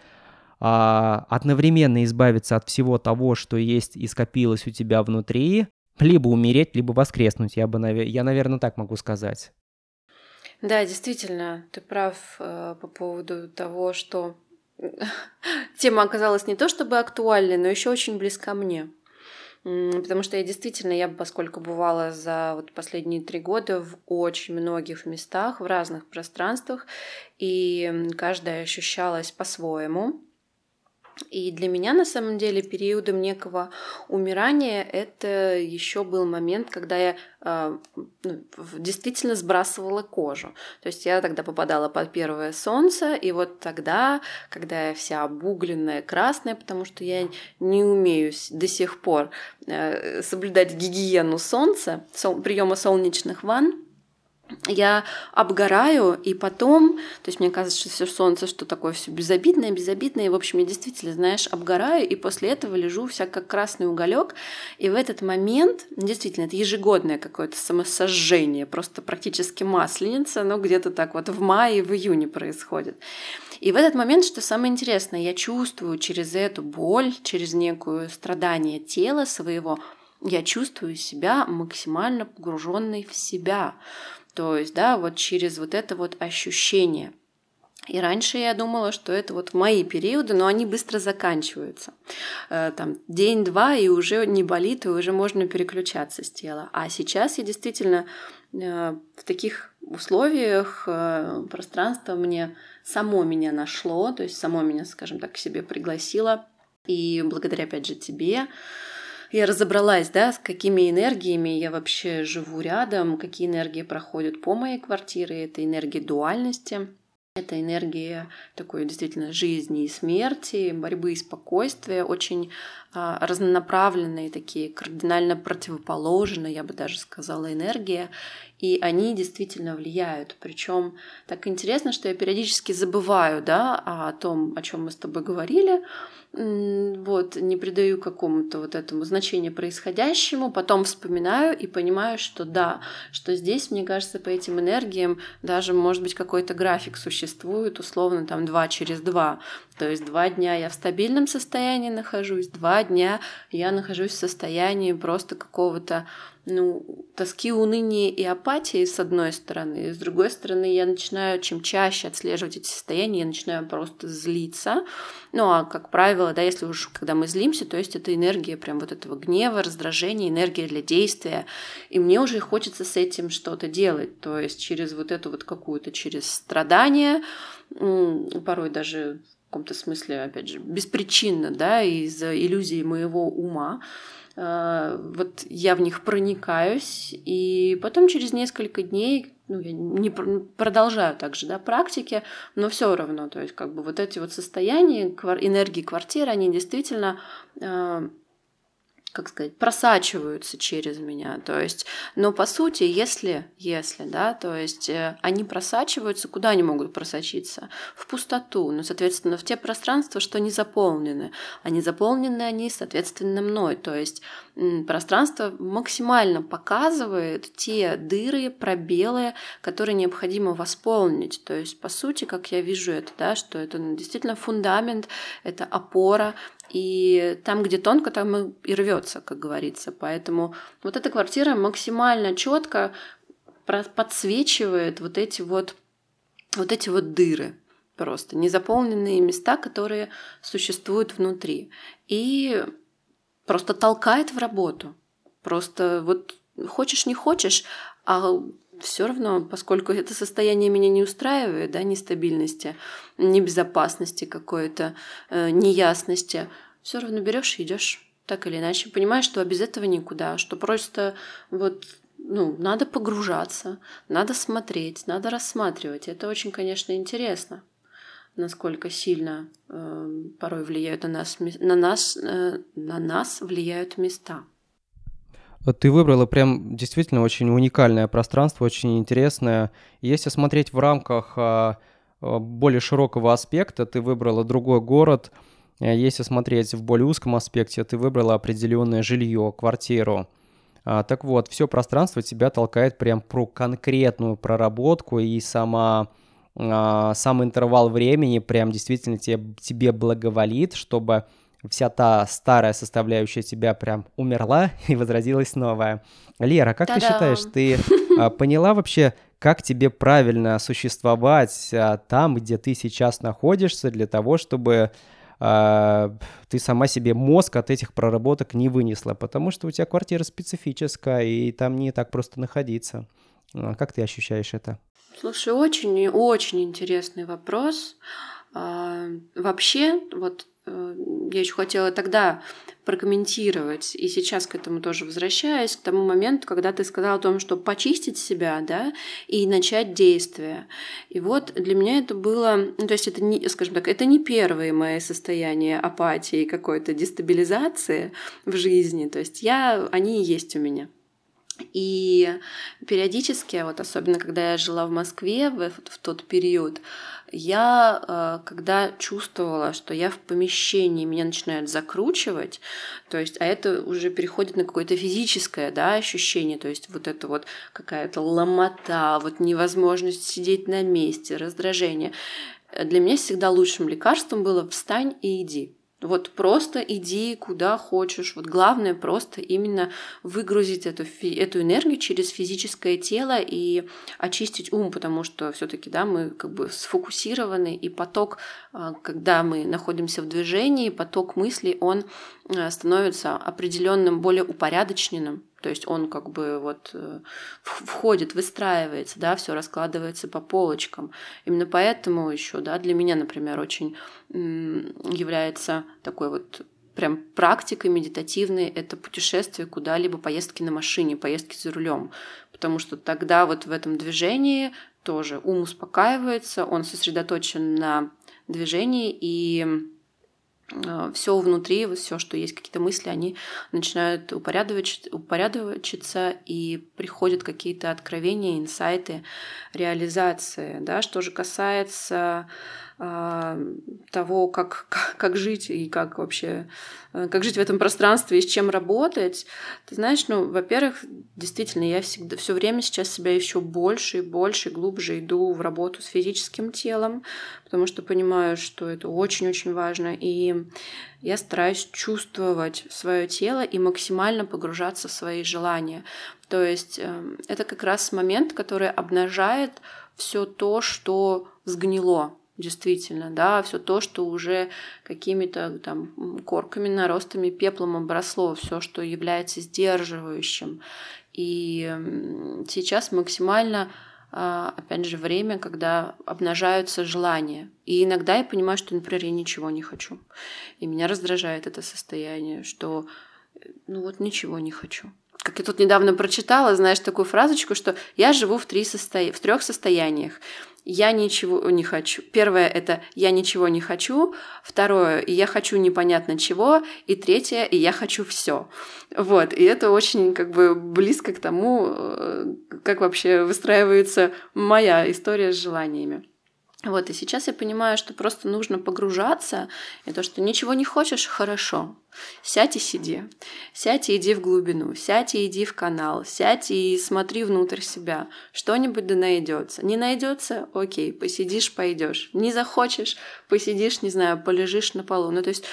B: одновременно избавиться от всего того, что есть и скопилось у тебя внутри, либо умереть, либо воскреснуть, я, наверное, так могу сказать.
A: Да, действительно, ты прав по поводу того, что тема оказалась не то чтобы актуальной, но еще очень близка мне. Потому что я, поскольку бывала за вот последние 3 года в очень многих местах, в разных пространствах, и каждая ощущалась по-своему. И для меня, на самом деле, периодом некого умирания это еще был момент, когда я действительно сбрасывала кожу. То есть я тогда попадала под первое солнце, и вот тогда, когда я вся обугленная, красная, потому что я не умею до сих пор соблюдать гигиену солнца, приема солнечных ванн, я обгораю, и потом, то есть мне кажется, что все солнце, что такое все безобидное, и, в общем, я действительно, знаешь, обгораю, и после этого лежу вся как красный уголек, и в этот момент, действительно, это ежегодное какое-то самосожжение, просто практически масленица, но где-то так вот в мае, в июне происходит. И в этот момент, что самое интересное, я чувствую через эту боль, через некое страдание тела своего, я чувствую себя максимально погруженной в себя. То есть, да, вот через вот это вот ощущение. И раньше я думала, что это вот мои периоды, но они быстро заканчиваются. Там день-два, и уже не болит, и уже можно переключаться с тела. А сейчас я действительно в таких условиях пространство само меня нашло, то есть само меня, скажем так, к себе пригласило. И благодаря, опять же, тебе я разобралась, да, с какими энергиями я вообще живу рядом, какие энергии проходят по моей квартире. Это энергия дуальности, это энергия такой действительно жизни и смерти, борьбы и спокойствия, очень разнонаправленные, такие кардинально противоположные, я бы даже сказала, энергия. И они действительно влияют. Причем так интересно, что я периодически забываю, да, о том, о чем мы с тобой говорили, вот, не придаю какому-то вот этому значению происходящему, потом вспоминаю и понимаю, что да, что здесь, мне кажется, по этим энергиям даже, может быть, какой-то график существует, условно, там 2 через 2. То есть 2 дня я в стабильном состоянии нахожусь, 2 дня я нахожусь в состоянии просто какого-то, тоски, уныния и апатии, с одной стороны. И с другой стороны, я начинаю, чем чаще отслеживать эти состояния, я начинаю просто злиться. А, как правило, да, если уж когда мы злимся, то есть это энергия прям вот этого гнева, раздражения, энергия для действия. И мне уже хочется с этим что-то делать. То есть через вот эту вот какую-то, через страдания, порой даже в каком-то смысле, опять же, беспричинно, да, из-за иллюзий моего ума, вот я в них проникаюсь, и потом через несколько дней, я не продолжаю также, да, практики, но все равно, то есть как бы вот эти вот состояния энергии квартиры, они действительно, как сказать, просачиваются через меня, то есть, но по сути, если, да, то есть они просачиваются, куда они могут просочиться? В пустоту, соответственно, в те пространства, что не заполнены, они, соответственно, мной, то есть пространство максимально показывает те дыры, пробелы, которые необходимо восполнить, то есть, по сути, как я вижу это, да, что это действительно фундамент, это опора, и там, где тонко, там и рвется, как говорится. Поэтому вот эта квартира максимально четко подсвечивает вот эти вот дыры, просто незаполненные места, которые существуют внутри. И просто толкает в работу. Просто вот хочешь, не хочешь, а все равно, поскольку это состояние меня не устраивает, да, нестабильности, небезопасности какой-то, неясности, все равно берешь и идешь так или иначе. Понимаешь, что без этого никуда, что просто вот, надо погружаться, надо смотреть, надо рассматривать. Это очень, конечно, интересно, насколько сильно порой влияют на нас влияют места.
B: Ты выбрала прям действительно очень уникальное пространство, очень интересное. Если смотреть в рамках более широкого аспекта, ты выбрала другой город. Если смотреть в более узком аспекте, ты выбрала определенное жилье, квартиру. Так вот, все пространство тебя толкает прям про конкретную проработку, и сам интервал времени прям действительно тебе благоволит, чтобы вся та старая составляющая тебя прям умерла и возродилась новая. Лера, как ты считаешь, ты поняла вообще, как тебе правильно существовать там, где ты сейчас находишься, для того, чтобы ты сама себе мозг от этих проработок не вынесла, потому что у тебя квартира специфическая, и там не так просто находиться. Как ты ощущаешь это?
A: Слушай, очень интересный вопрос. Вообще, вот я еще хотела тогда прокомментировать, и сейчас к этому тоже возвращаюсь, к тому моменту, когда ты сказала о том, что почистить себя, да, и начать действие. И вот для меня это было, ну, то есть это не, скажем так, это не первые мои состояния апатии, какой-то дестабилизации в жизни, то есть они и есть у меня. И периодически, вот особенно когда я жила в Москве в тот период, я, когда чувствовала, что я в помещении, меня начинают закручивать, то есть, а это уже переходит на какое-то физическое, да, ощущение, то есть вот это вот какая-то ломота, вот невозможность сидеть на месте, раздражение. Для меня всегда лучшим лекарством было «встань и иди». Вот просто иди куда хочешь. Вот главное просто именно выгрузить эту энергию через физическое тело и очистить ум, потому что все-таки, да, мы как бы сфокусированы, и поток, когда мы находимся в движении, поток мыслей, он становится определенным, более упорядоченным. То есть он как бы вот входит, выстраивается, да, все раскладывается по полочкам. Именно поэтому еще, да, для меня, например, очень является такой вот прям практикой медитативной это путешествие куда-либо, поездки на машине, поездки за рулем, потому что тогда вот в этом движении тоже ум успокаивается, он сосредоточен на движении, и все внутри, все, что есть какие-то мысли, они начинают упорядочиться, и приходят какие-то откровения, инсайты, реализации. Да? Что же касается того, как жить и как вообще как жить в этом пространстве и с чем работать. Ты знаешь, ну, во-первых, действительно, я все время сейчас себя еще больше и больше, глубже иду в работу с физическим телом, потому что понимаю, что это очень-очень важно, и я стараюсь чувствовать свое тело и максимально погружаться в свои желания. То есть это как раз момент, который обнажает все то, что сгнило. Действительно, да, все то, что уже какими-то там корками, наростами, пеплом обросло, все, что является сдерживающим. И сейчас максимально, опять же, время, когда обнажаются желания. И иногда я понимаю, что, например, я ничего не хочу. И меня раздражает это состояние, что ну вот ничего не хочу. Как я тут недавно прочитала, знаешь, такую фразочку, что я живу в трех состояниях. Я ничего не хочу. Первое – это я ничего не хочу. Второе – я хочу непонятно чего. И третье – я хочу все. Вот. И это очень как бы близко к тому, как вообще выстраивается моя история с желаниями. Вот, и сейчас я понимаю, что просто нужно погружаться, и то, что ничего не хочешь, хорошо. Сядь и сиди. Сядь и иди в глубину. Сядь и иди в канал. Сядь и смотри внутрь себя. Что-нибудь да найдется. Не найдется, окей, посидишь, пойдешь. Не захочешь, посидишь, не знаю, полежишь на полу. Ну, то есть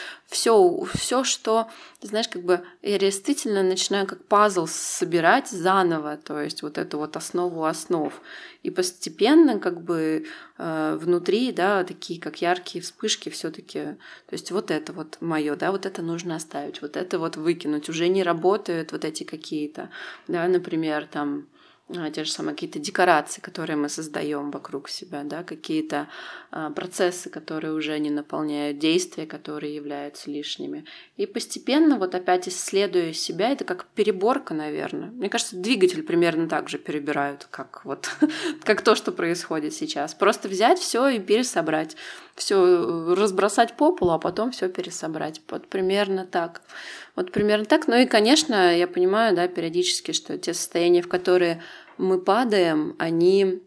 A: все, что, ты знаешь, как бы я действительно начинаю как пазл собирать заново, то есть вот эту вот основу основ. И постепенно как бы внутри, да, такие как яркие вспышки все-таки. То есть вот это вот мое, да, вот это нужно оставить, вот это вот выкинуть. Уже не работают вот эти какие-то, да, например, там те же самые какие-то декорации, которые мы создаем вокруг себя, да, какие-то процессы, которые уже не наполняют действия, которые являются лишними. И постепенно вот опять исследуя себя, это как переборка, наверное. Мне кажется, двигатель примерно так же перебирают, как вот как то, что происходит сейчас. Просто взять все и пересобрать, все разбросать по полу, а потом все пересобрать. Вот примерно так. Вот примерно так. Ну и, конечно, я понимаю, да, периодически, что те состояния, в которые мы падаем, они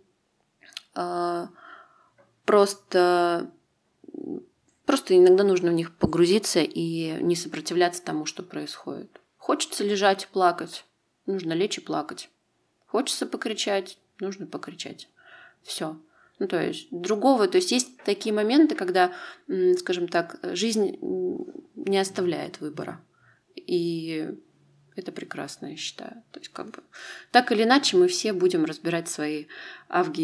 A: просто иногда нужно в них погрузиться и не сопротивляться тому, что происходит. Хочется лежать и плакать, нужно лечь и плакать. Хочется покричать, нужно покричать. Все. Ну, то есть есть такие моменты, когда, скажем так, жизнь не оставляет выбора. И это прекрасно, я считаю. То есть, как бы, так или иначе, мы все будем разбирать свои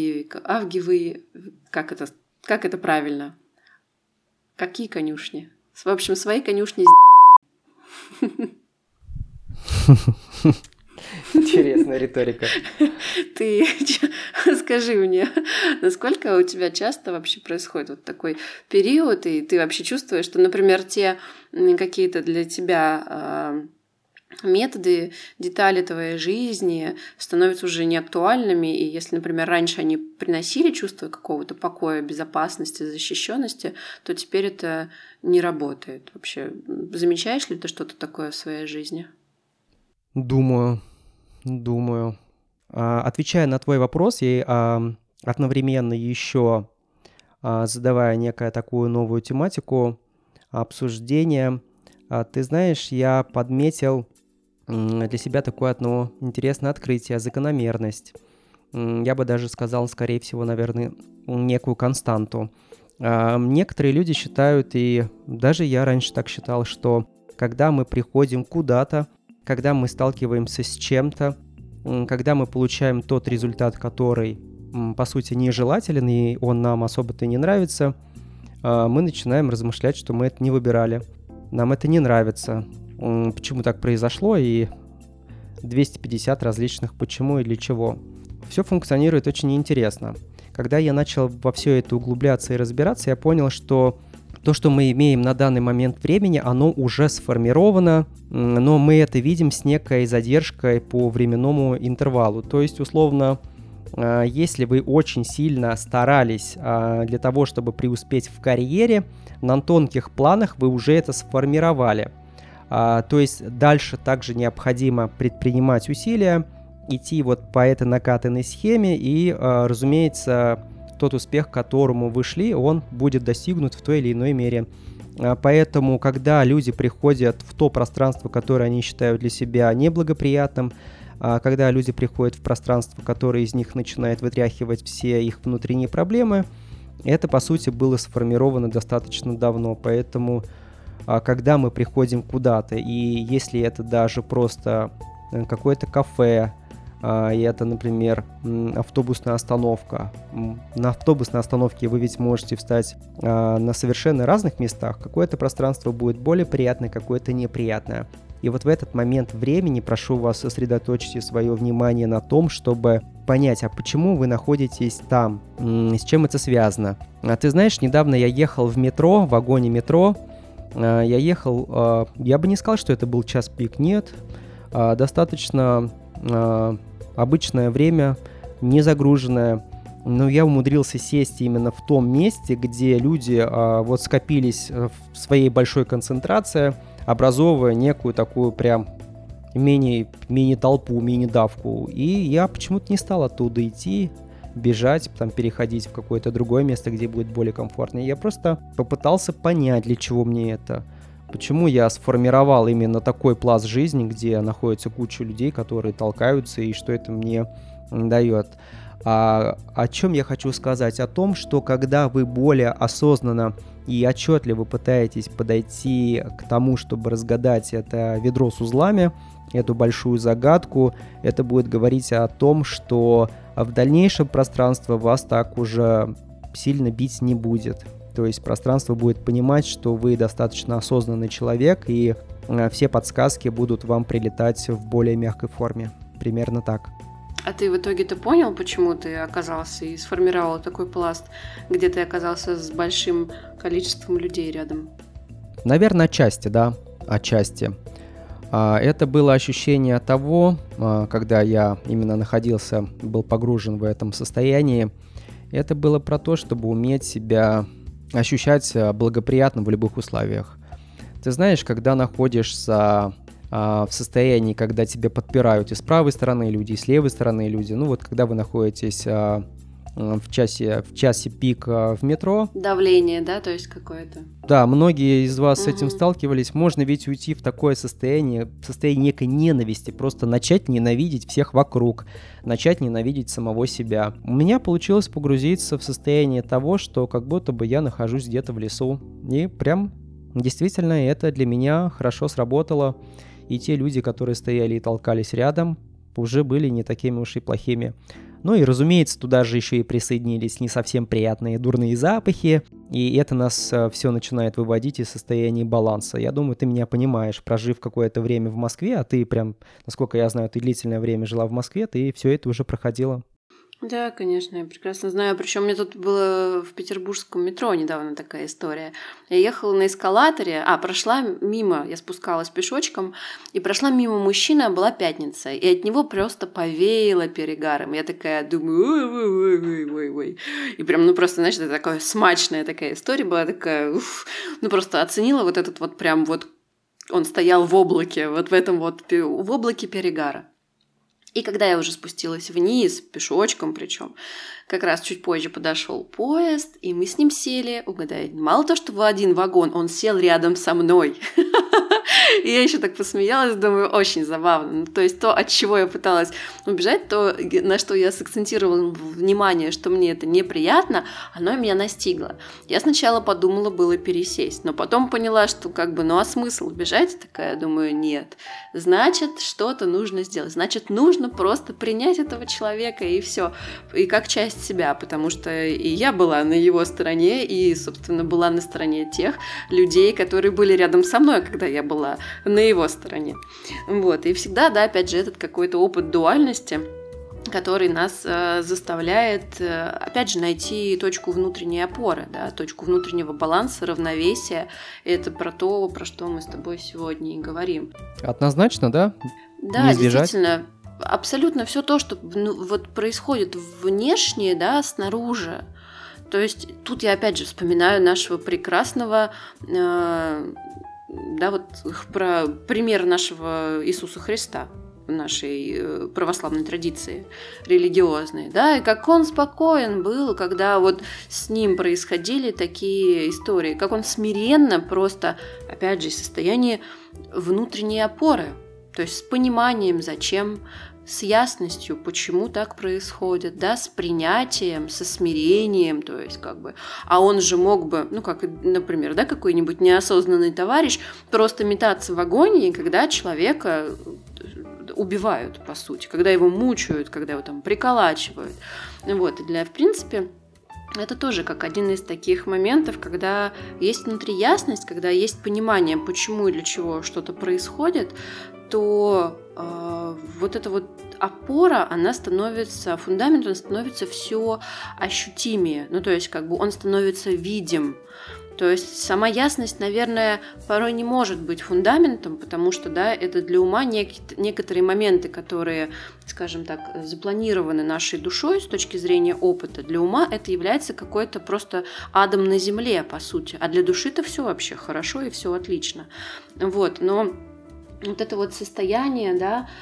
A: авгиевые, как это правильно? Какие конюшни? В общем, свои конюшни
B: Интересная риторика.
A: Ты скажи мне, насколько у тебя часто вообще происходит вот такой период, и ты вообще чувствуешь, что, например, те какие-то для тебя методы, детали твоей жизни становятся уже неактуальными, и если, например, раньше они приносили чувство какого-то покоя, безопасности, защищенности, то теперь это не работает. Вообще, замечаешь ли ты что-то такое в своей жизни?
B: Думаю. Отвечая на твой вопрос, я одновременно еще задавая некую такую новую тематику обсуждения, ты знаешь, я подметил для себя такое одно интересное открытие, закономерность. Я бы даже сказал, скорее всего, наверное, некую константу. Некоторые люди считают, и даже я раньше так считал, что когда мы приходим куда-то, когда мы сталкиваемся с чем-то, когда мы получаем тот результат, который, по сути, нежелателен, и он нам особо-то не нравится, мы начинаем размышлять, что мы это не выбирали. Нам это не нравится. Почему так произошло, и 250 различных почему и для чего. Все функционирует очень интересно. Когда я начал во все это углубляться и разбираться, я понял, что то, что мы имеем на данный момент времени, оно уже сформировано, но мы это видим с некой задержкой по временному интервалу. То есть, условно, если вы очень сильно старались для того, чтобы преуспеть в карьере, на тонких планах вы уже это сформировали. То есть дальше также необходимо предпринимать усилия, идти вот по этой накатанной схеме, и, разумеется, тот успех, к которому вы шли, он будет достигнут в той или иной мере. Поэтому, когда люди приходят в то пространство, которое они считают для себя неблагоприятным, когда люди приходят в пространство, которое из них начинает вытряхивать все их внутренние проблемы, это, по сути, было сформировано достаточно давно. Поэтому, когда мы приходим куда-то, и если это даже просто какое-то кафе, и это, например, автобусная остановка. На автобусной остановке вы ведь можете встать на совершенно разных местах. Какое-то пространство будет более приятное, какое-то неприятное. И вот в этот момент времени прошу вас сосредоточить свое внимание на том, чтобы понять, а почему вы находитесь там, с чем это связано. Ты знаешь, недавно я ехал в метро, в вагоне метро. Я ехал, я бы не сказал, что это был час пик, нет. Достаточно обычное время, не загруженное, но я умудрился сесть именно в том месте, где люди вот скопились в своей большой концентрации, образовывая некую такую прям мини-толпу, мини-давку. И я почему-то не стал оттуда идти, бежать, там переходить в какое-то другое место, где будет более комфортно. Я просто попытался понять, для чего мне это. Почему я сформировал именно такой пласт жизни, где находится куча людей, которые толкаются, и что это мне дает. О чем я хочу сказать? О том, что когда вы более осознанно и отчетливо пытаетесь подойти к тому, чтобы разгадать это ведро с узлами, эту большую загадку, это будет говорить о том, что в дальнейшем пространство вас так уже сильно бить не будет. То есть пространство будет понимать, что вы достаточно осознанный человек, и все подсказки будут вам прилетать в более мягкой форме. Примерно так.
A: А ты в итоге-то понял, почему ты оказался и сформировал такой пласт, где ты оказался с большим количеством людей рядом?
B: Наверное, отчасти, да, отчасти. Это было ощущение того, когда я именно находился, был погружен в этом состоянии. Это было про то, чтобы уметь себя ощущать благоприятно в любых условиях. Ты знаешь, когда находишься в состоянии, когда тебя подпирают и с правой стороны люди, и с левой стороны люди, ну вот когда вы находитесь в часе пик в метро.
A: Давление, да, то есть какое-то?
B: Да, многие из вас с этим сталкивались. Можно ведь уйти в такое состояние некой ненависти, просто начать ненавидеть всех вокруг, начать ненавидеть самого себя. У меня получилось погрузиться в состояние того, что как будто бы я нахожусь где-то в лесу. И прям действительно это для меня хорошо сработало. И те люди, которые стояли и толкались рядом, уже были не такими уж и плохими. Ну и, разумеется, туда же еще и присоединились не совсем приятные дурные запахи, и это нас все начинает выводить из состояния баланса. Я думаю, ты меня понимаешь, прожив какое-то время в Москве, а ты прям, насколько я знаю, ты длительное время жила в Москве, ты все это уже проходила.
A: Да, конечно, я прекрасно знаю. Причем мне тут было в петербургском метро недавно такая история. Я ехала на эскалаторе, прошла мимо, я спускалась пешочком, и прошла мимо мужчины, а была пятница, и от него просто повеяло перегаром. Я такая думаю, ой. И прям, просто, знаешь, это такая смачная такая история была, такая, просто оценила вот этот вот прям вот, он стоял в облаке, вот в этом вот, в облаке перегара. И когда я уже спустилась вниз, пешочком причем, как раз чуть позже подошел поезд, и мы с ним сели, угадай, мало то, что в один вагон, он сел рядом со мной. И я еще так посмеялась, думаю, очень забавно. То есть то, от чего я пыталась убежать, то, на что я сакцентировала внимание, что мне это неприятно, оно меня настигло. Я сначала подумала было пересесть, но потом поняла, что а смысл убежать? Такая, думаю, нет. Значит, что-то нужно сделать. Значит, нужно просто принять этого человека, и все. И как часть себя, потому что и я была на его стороне, и, собственно, была на стороне тех людей, которые были рядом со мной, когда я была на его стороне. Вот. И всегда, опять же, этот какой-то опыт дуальности, который нас заставляет, опять же, найти точку внутренней опоры, точку внутреннего баланса, равновесия. Это про то, про что мы с тобой сегодня и говорим.
B: Однозначно, да?
A: Да, действительно. Абсолютно все то, что происходит внешне, снаружи. То есть тут я опять же вспоминаю нашего прекрасного, про пример нашего Иисуса Христа в нашей православной традиции религиозной, и как он спокоен был, когда вот с ним происходили такие истории, как он смиренно просто, опять же, в состоянии внутренней опоры, то есть с пониманием, зачем, с ясностью, почему так происходит, с принятием, со смирением, то есть а он же мог бы, например, какой-нибудь неосознанный товарищ просто метаться в агонии, когда человека убивают, по сути, когда его мучают, когда его там приколачивают. И в принципе, это тоже как один из таких моментов, когда есть внутри ясность, когда есть понимание, почему и для чего что-то происходит, то эта опора, она становится, фундамент, он становится все ощутимее, то есть он становится видим. То есть сама ясность, наверное, порой не может быть фундаментом, потому что, это для ума некоторые моменты, которые, скажем так, запланированы нашей душой с точки зрения опыта. Для ума это является какой-то просто адом на земле, по сути. А для души-то все вообще хорошо и все отлично. Но это состояние,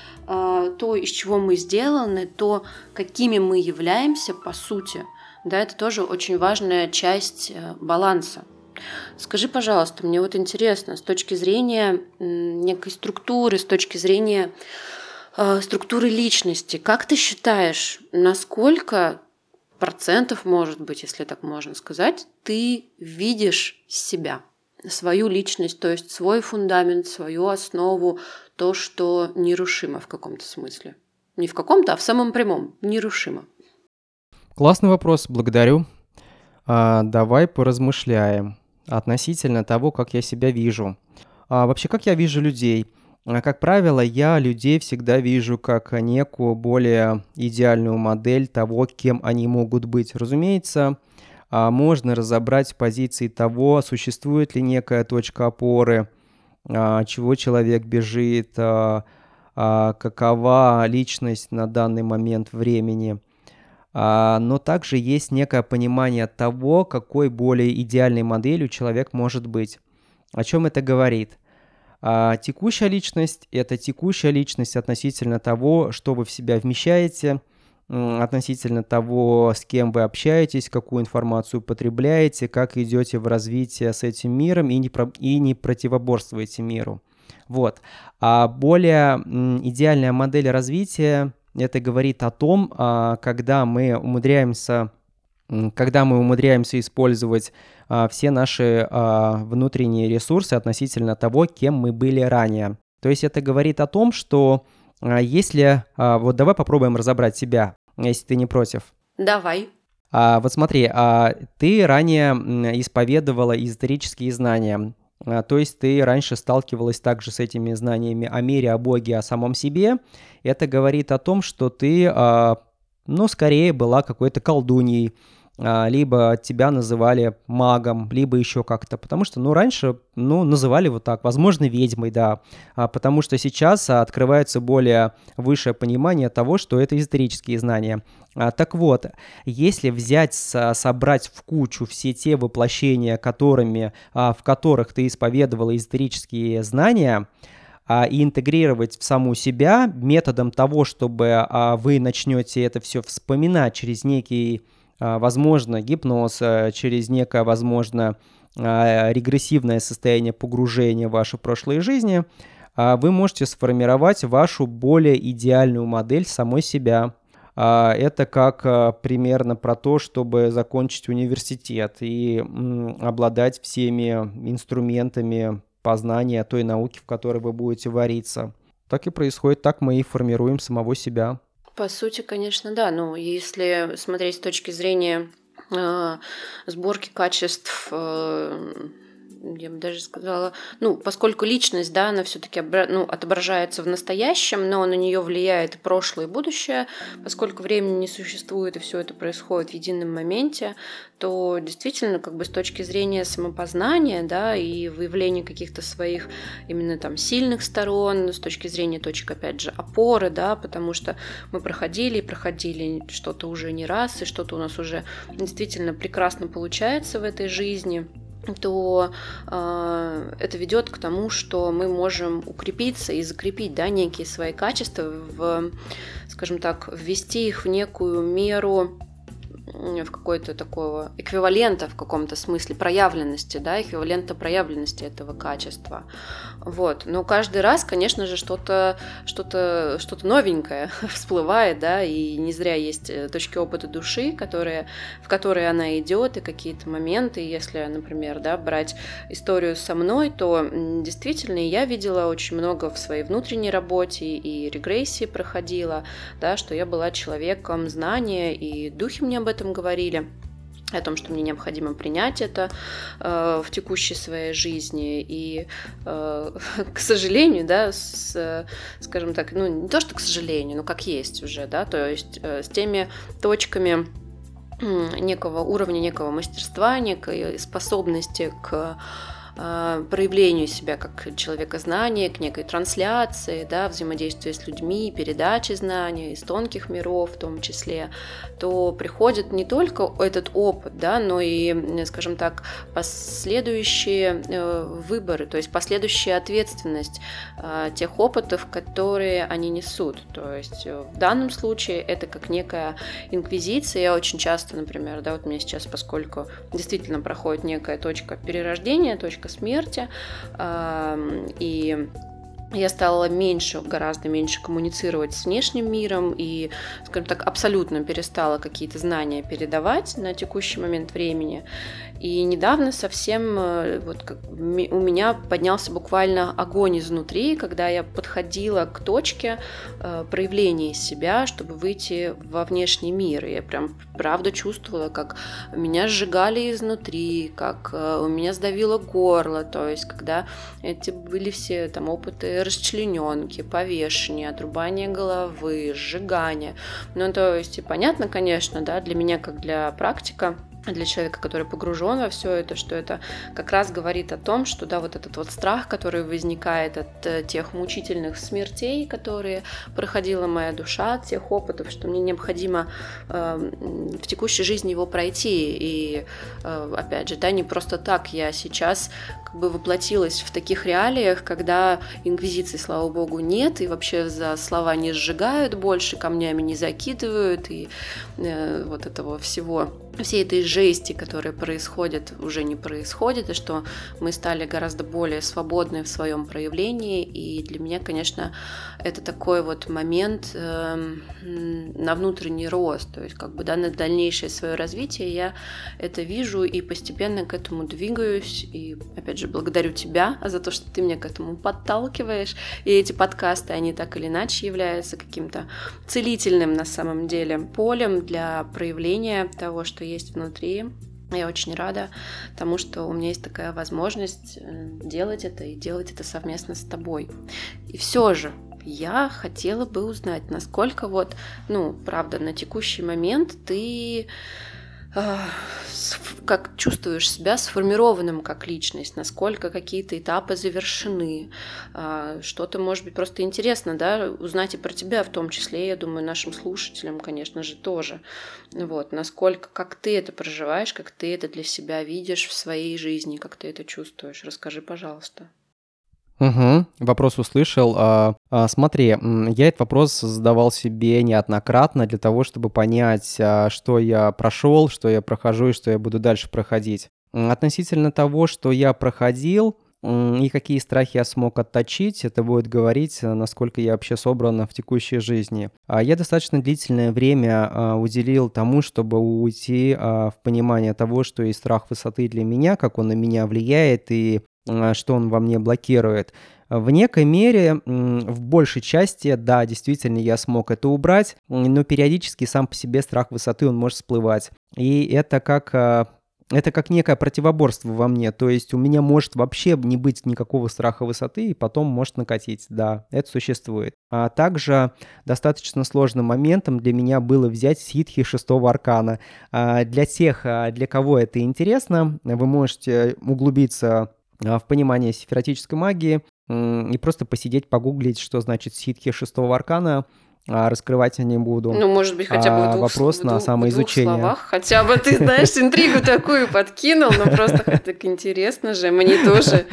A: то, из чего мы сделаны, то, какими мы являемся, по сути, это тоже очень важная часть баланса. Скажи, пожалуйста, мне интересно, с точки зрения некой структуры, с точки зрения структуры личности, как ты считаешь, насколько процентов, может быть, если так можно сказать, ты видишь себя, свою личность, то есть свой фундамент, свою основу, то, что нерушимо в каком-то смысле? Не в каком-то, а в самом прямом, нерушимо.
B: Классный вопрос, благодарю. Давай поразмышляем относительно того, как я себя вижу. Вообще, как я вижу людей? Как правило, я людей всегда вижу как некую более идеальную модель того, кем они могут быть. Разумеется, можно разобрать позиции того, существует ли некая точка опоры, чего человек бежит, какова личность на данный момент времени. Но также есть некое понимание того, какой более идеальной моделью человек может быть. О чем это говорит? Текущая личность – это текущая личность относительно того, что вы в себя вмещаете, относительно того, с кем вы общаетесь, какую информацию потребляете, как идете в развитие с этим миром и не противоборствуете миру. А более идеальная модель развития – это говорит о том, когда мы умудряемся использовать все наши внутренние ресурсы относительно того, кем мы были ранее. То есть это говорит о том, что если... давай попробуем разобрать себя. если ты не против.
A: Давай.
B: Вот смотри, ты ранее исповедовала эзотерические знания, то есть ты раньше сталкивалась также с этими знаниями о мире, о Боге, о самом себе. Это говорит о том, что ты, скорее была какой-то колдуньей, либо тебя называли магом, либо еще как-то, потому что, раньше, называли вот так, возможно, ведьмой, да, потому что сейчас открывается более высшее понимание того, что это эзотерические знания. Так вот, если взять, собрать в кучу все те воплощения, в которых ты исповедовала эзотерические знания, и интегрировать в саму себя методом того, чтобы вы начнете это все вспоминать через некий, возможно, гипноз, через некое, возможно, регрессивное состояние погружения в ваши прошлые жизни, вы можете сформировать вашу более идеальную модель самой себя. Это как примерно про то, чтобы закончить университет и обладать всеми инструментами познания той науки, в которой вы будете вариться. Так и происходит, так мы и формируем самого себя.
A: По сути, конечно, да. Если смотреть с точки зрения сборки качеств, я бы даже сказала, поскольку личность, да, она все-таки отображается в настоящем, но на нее влияет и прошлое, и будущее, поскольку времени не существует, и все это происходит в едином моменте, то действительно, с точки зрения самопознания, да, и выявления каких-то своих именно там сильных сторон, с точки зрения точек, опять же, опоры, да, потому что мы проходили что-то уже не раз, и что-то у нас уже действительно прекрасно получается в этой жизни, то это ведет к тому, что мы можем укрепиться и закрепить, да, некие свои качества, скажем так, ввести их в некую меру, в какой-то такого эквивалента в каком-то смысле проявленности, да, эквивалента проявленности этого качества. Но каждый раз, конечно же, что-то новенькое всплывает, да, и не зря есть точки опыта души, в которые она идет, и какие-то моменты. Если, например, да, брать историю со мной, то действительно я видела очень много в своей внутренней работе и регрессии проходила, да, что я была человеком знания, и духи мне об этом говорили, о том, что мне необходимо принять это в текущей своей жизни. И, к сожалению, да, скажем так, не то, что к сожалению, но как есть уже, да, то есть с теми точками некого уровня, некого мастерства, некой способности к проявлению себя как человека знания, к некой трансляции, да, взаимодействия с людьми, передачи знаний из тонких миров в том числе, то приходит не только этот опыт, да, но и, скажем так, последующие выборы, то есть последующая ответственность тех опытов, которые они несут. То есть в данном случае это как некая инквизиция. Я очень часто, например, да, вот у меня сейчас, поскольку действительно проходит некая точка перерождения, точка смерти, и я стала гораздо меньше коммуницировать с внешним миром и, скажем так, абсолютно перестала какие-то знания передавать на текущий момент времени. И недавно совсем у меня поднялся буквально огонь изнутри, когда я подходила к точке проявления себя, чтобы выйти во внешний мир. И я прям правда чувствовала, как меня сжигали изнутри, как у меня сдавило горло. То есть когда эти были все там опыты расчлененки, повешения, отрубания головы, сжигания. То есть и понятно, конечно, да, для меня как для практика, для человека, который погружен во все это, что это как раз говорит о том, что да, вот этот вот страх, который возникает от тех мучительных смертей, которые проходила моя душа, от тех опытов, что мне необходимо в текущей жизни его пройти. И опять же, да, не просто так я сейчас воплотилась в таких реалиях, когда инквизиции, слава богу, нет, и вообще за слова не сжигают больше, камнями не закидывают, и вот этого всего всей этой жести, которая происходит, уже не происходит, и что мы стали гораздо более свободны в своем проявлении. И для меня, конечно, это такой вот момент на внутренний рост, то есть как бы на дальнейшее свое развитие я это вижу и постепенно к этому двигаюсь. И опять же благодарю тебя за то, что ты меня к этому подталкиваешь. И эти подкасты, они так или иначе являются каким-то целительным на самом деле полем для проявления того, что есть внутри. Я очень рада тому, что у меня есть такая возможность делать это и делать это совместно с тобой. И все же я хотела бы узнать, насколько вот, правда, на текущий момент ты как чувствуешь себя сформированным как личность, насколько какие-то этапы завершены, что-то, может быть, просто интересно, да, узнать и про тебя в том числе, я думаю, нашим слушателям, конечно же, тоже. Вот, насколько, как ты это проживаешь, как ты это для себя видишь в своей жизни, как ты это чувствуешь. Расскажи, пожалуйста.
B: Угу, вопрос услышал. Смотри, я этот вопрос задавал себе неоднократно для того, чтобы понять, что я прошел, что я прохожу и что я буду дальше проходить. Относительно того, что я проходил и какие страхи я смог отточить, это будет говорить, насколько я вообще собран в текущей жизни. Я достаточно длительное время уделил тому, чтобы уйти в понимание того, что есть страх высоты для меня, как он на меня влияет и что он во мне блокирует. В некой мере, в большей части, да, действительно, я смог это убрать, но периодически сам по себе страх высоты, он может всплывать. И это как некое противоборство во мне, то есть у меня может вообще не быть никакого страха высоты, и потом может накатить, да, это существует. А также достаточно сложным моментом для меня было взять ситхи 6-го аркана. Для тех, для кого это интересно, вы можете углубиться в понимание сифиратической магии и просто посидеть, погуглить, что значит ситхи 6-го аркана. Раскрывать я не буду.
A: Может быть, хотя бы
B: вопрос на самоизучение.
A: В 2 словах. Хотя бы ты, знаешь, интригу такую подкинул, но просто так интересно же, мне тоже.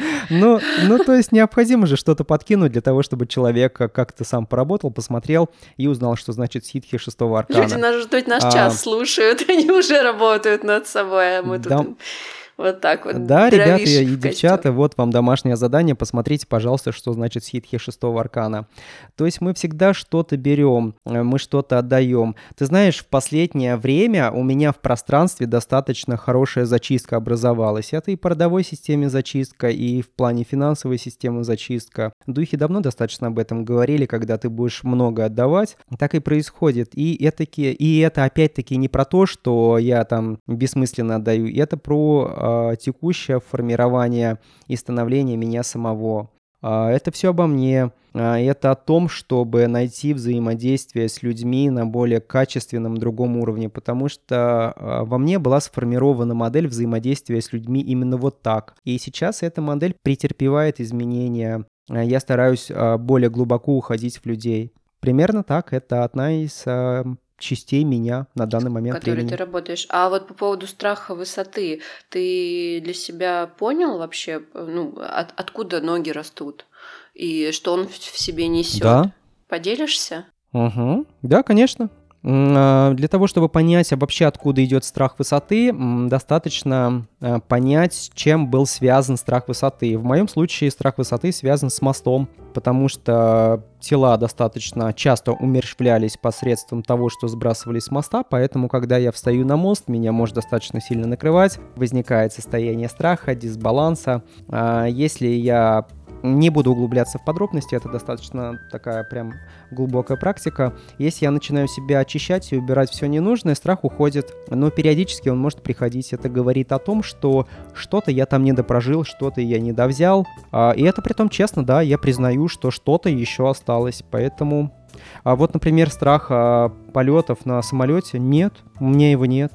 B: То есть необходимо же что-то подкинуть для того, чтобы человек как-то сам поработал, посмотрел и узнал, что значит ситхи 6-го аркана.
A: Люди наш час слушают, они уже работают над собой, а мы тут... Вот так вот.
B: Да, ребята и девчата, вот вам домашнее задание. Посмотрите, пожалуйста, что значит ситхи 6-го аркана. То есть мы всегда что-то берем, мы что-то отдаем. Ты знаешь, в последнее время у меня в пространстве достаточно хорошая зачистка образовалась. Это и по родовой системе зачистка, и в плане финансовой системы зачистка. Духи давно достаточно об этом говорили, когда ты будешь много отдавать, так и происходит. И это опять-таки не про то, что я там бессмысленно отдаю, это про текущее формирование и становление меня самого. Это все обо мне. Это о том, чтобы найти взаимодействие с людьми на более качественном другом уровне, потому что во мне была сформирована модель взаимодействия с людьми именно вот так. И сейчас эта модель претерпевает изменения. Я стараюсь более глубоко уходить в людей. Примерно так. Это одна из частей меня на данный момент времени.
A: Ты работаешь. А вот по поводу страха высоты, ты для себя понял вообще, откуда ноги растут? И что он в себе несет?
B: Да.
A: Поделишься?
B: Угу. Да, конечно. Для того, чтобы понять вообще, откуда идет страх высоты, достаточно понять, с чем был связан страх высоты. В моем случае страх высоты связан с мостом, потому что тела достаточно часто умерщвлялись посредством того, что сбрасывали с моста, поэтому, когда я встаю на мост, меня может достаточно сильно накрывать, возникает состояние страха, дисбаланса. Если я не буду углубляться в подробности, это достаточно такая прям глубокая практика. Если я начинаю себя очищать и убирать все ненужное, страх уходит, но периодически он может приходить. Это говорит о том, что что-то я там недопрожил, что-то я недовзял. И это притом честно, да, я признаю, что что-то еще осталось. Поэтому вот, например, страх полетов на самолете, нет, у меня его нет.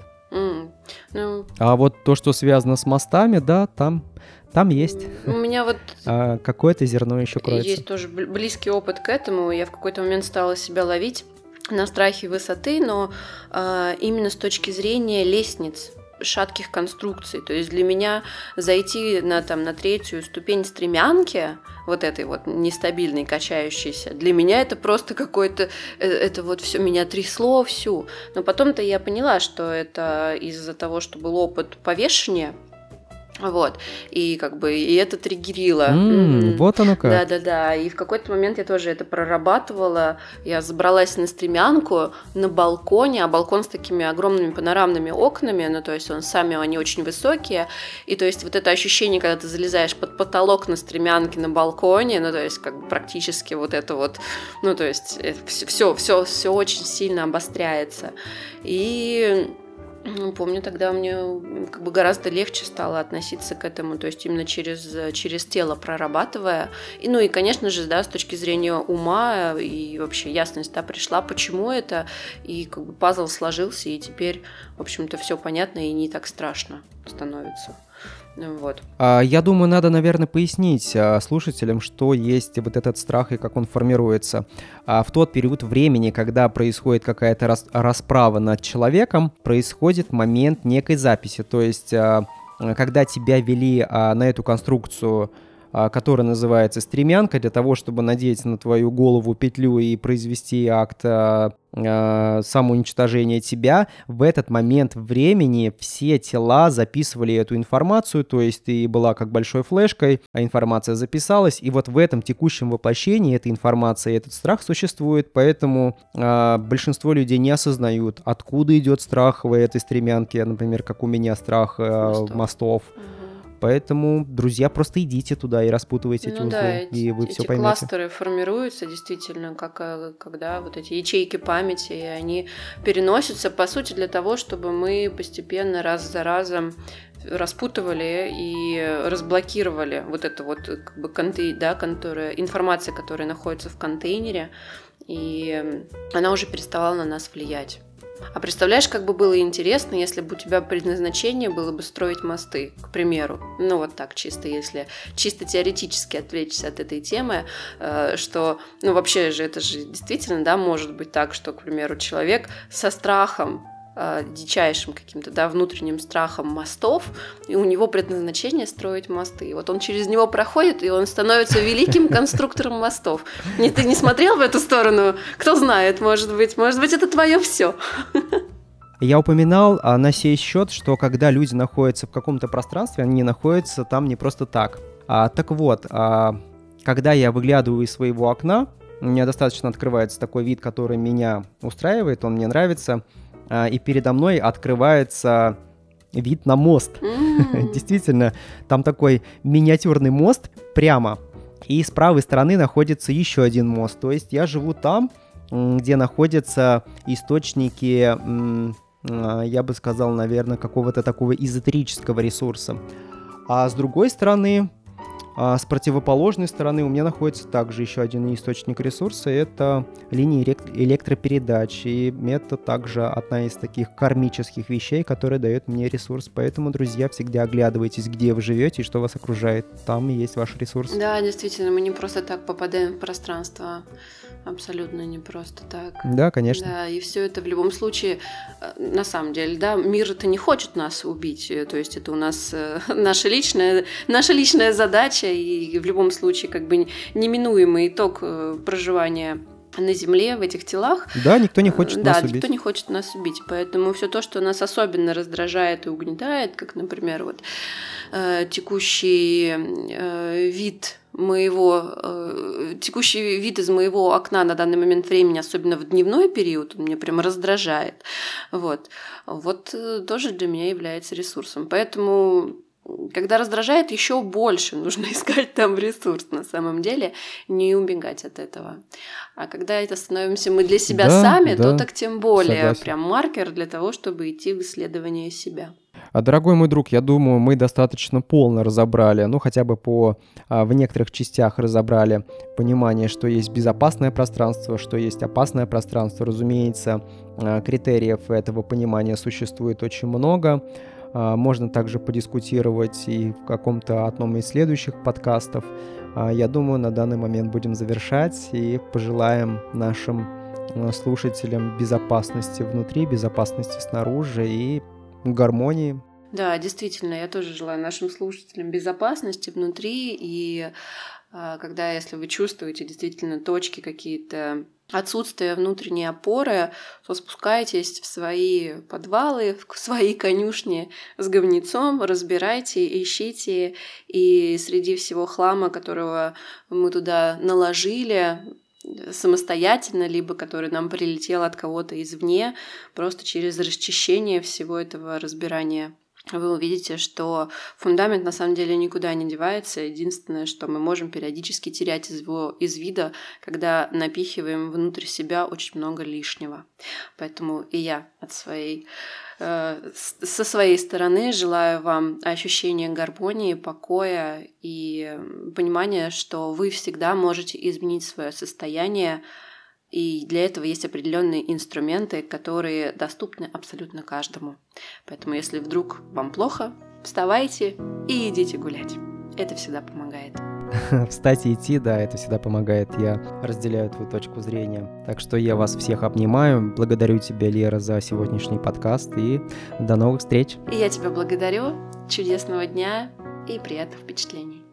B: А вот то, что связано с мостами, да, там есть.
A: У меня вот
B: какое-то зерно еще кроется.
A: Есть тоже близкий опыт к этому. Я в какой-то момент стала себя ловить на страхе высоты, но именно с точки зрения лестниц. шатких конструкций. То есть для меня зайти на 3-ю ступень стремянки, вот этой вот нестабильной, качающейся, для меня это просто какой-то, это вот все меня трясло всю. Но потом-то я поняла, что это из-за того, что был опыт повешения, вот, и и это триггерило.
B: Вот оно как.
A: Да, и в какой-то момент я тоже это прорабатывала, я забралась на стремянку на балконе, а балкон с такими огромными панорамными окнами, то есть они очень высокие, и то есть вот это ощущение, когда ты залезаешь под потолок на стремянке на балконе, то есть практически вот это вот, то есть все очень сильно обостряется, и... Помню, тогда мне гораздо легче стало относиться к этому, то есть именно через тело прорабатывая. И конечно же, с точки зрения ума и вообще ясность пришла, почему это, и пазл сложился, и теперь, в общем-то, все понятно и не так страшно становится. Вот.
B: Я думаю, надо, наверное, пояснить слушателям, что есть вот этот страх и как он формируется. В тот период времени, когда происходит какая-то расправа над человеком, происходит момент некой записи. То есть, когда тебя вели на эту конструкцию, которая называется стремянка, для того, чтобы надеть на твою голову петлю и произвести акт самоуничтожения тебя, в этот момент времени все тела записывали эту информацию, то есть ты была как большой флешкой, а информация записалась, и вот в этом текущем воплощении этой информации этот страх существует, поэтому большинство людей не осознают, откуда идет страх в этой стремянке, например, как у меня страх мостов. Поэтому, друзья, просто идите туда и распутывайте эти узлы, и вы все поймете.
A: Эти кластеры формируются действительно, когда вот эти ячейки памяти, и они переносятся, по сути, для того, чтобы мы постепенно раз за разом распутывали и разблокировали вот эту вот информация, которая находится в контейнере, и она уже переставала на нас влиять. А представляешь, как бы было интересно, если бы у тебя предназначение было бы строить мосты, к примеру. Вот так, чисто теоретически отвлечься от этой темы, что, вообще же это же действительно, может быть так, что, к примеру, человек со страхом, дичайшим каким-то, внутренним страхом мостов, и у него предназначение строить мосты. И вот он через него проходит, и он становится великим конструктором мостов. Ты не смотрел в эту сторону? Кто знает, может быть, это твое все.
B: Я упоминал на сей счет, что когда люди находятся в каком-то пространстве, они находятся там не просто так. Так вот, когда я выглядываю из своего окна, у меня достаточно открывается такой вид, который меня устраивает, он мне нравится, и передо мной открывается вид на мост. Действительно, там такой миниатюрный мост прямо, и с правой стороны находится еще один мост. То есть я живу там, где находятся источники, я бы сказал, наверное, какого-то такого эзотерического ресурса. А с другой стороны, с противоположной стороны у меня находится также еще один источник ресурса, это линии электропередач, и это также одна из таких кармических вещей, которая дает мне ресурс. Поэтому, друзья, всегда оглядывайтесь, где вы живете и что вас окружает. Там и есть ваш ресурс.
A: Да, действительно, мы не просто так попадаем в пространство. Абсолютно не просто так.
B: Да, конечно.
A: Да, и все это в любом случае, на самом деле, мир это не хочет нас убить, то есть это у нас наша личная задача, и в любом случае неминуемый итог проживания на Земле, в этих телах.
B: Да, никто не хочет нас убить.
A: Да, никто не хочет нас убить. Поэтому все то, что нас особенно раздражает и угнетает, как, например, текущий вид из моего окна на данный момент времени, особенно в дневной период, он меня прямо раздражает. Вот тоже для меня является ресурсом. Поэтому, когда раздражает, еще больше нужно искать там ресурс на самом деле, не убегать от этого. А когда это становимся мы для себя сами, то так тем более согласен. Прям маркер для того, чтобы идти в исследование себя.
B: Дорогой мой друг, я думаю, мы достаточно полно разобрали, хотя бы в некоторых частях разобрали понимание, что есть безопасное пространство, что есть опасное пространство. Разумеется, критериев этого понимания существует очень много. Можно также подискутировать и в каком-то одном из следующих подкастов. Я думаю, на данный момент будем завершать и пожелаем нашим слушателям безопасности внутри, безопасности снаружи и гармонии.
A: Да, действительно, я тоже желаю нашим слушателям безопасности внутри, и если вы чувствуете действительно точки какие-то отсутствия внутренней опоры, то спускайтесь в свои подвалы, в свои конюшни с говнецом, разбирайте, ищите, и среди всего хлама, которого мы туда наложили самостоятельно, либо который нам прилетел от кого-то извне, просто через расчищение всего этого разбирания вы увидите, что фундамент на самом деле никуда не девается. Единственное, что мы можем периодически терять из вида, когда напихиваем внутрь себя очень много лишнего. Поэтому и я со своей стороны желаю вам ощущения гармонии, покоя и понимания, что вы всегда можете изменить свое состояние. И для этого есть определенные инструменты, которые доступны абсолютно каждому. Поэтому, если вдруг вам плохо, вставайте и идите гулять. Это всегда помогает.
B: Встать и идти, да, это всегда помогает. Я разделяю твою точку зрения. Так что я вас всех обнимаю. Благодарю тебя, Лера, за сегодняшний подкаст. И до новых встреч.
A: И я тебя благодарю. Чудесного дня и приятных впечатлений.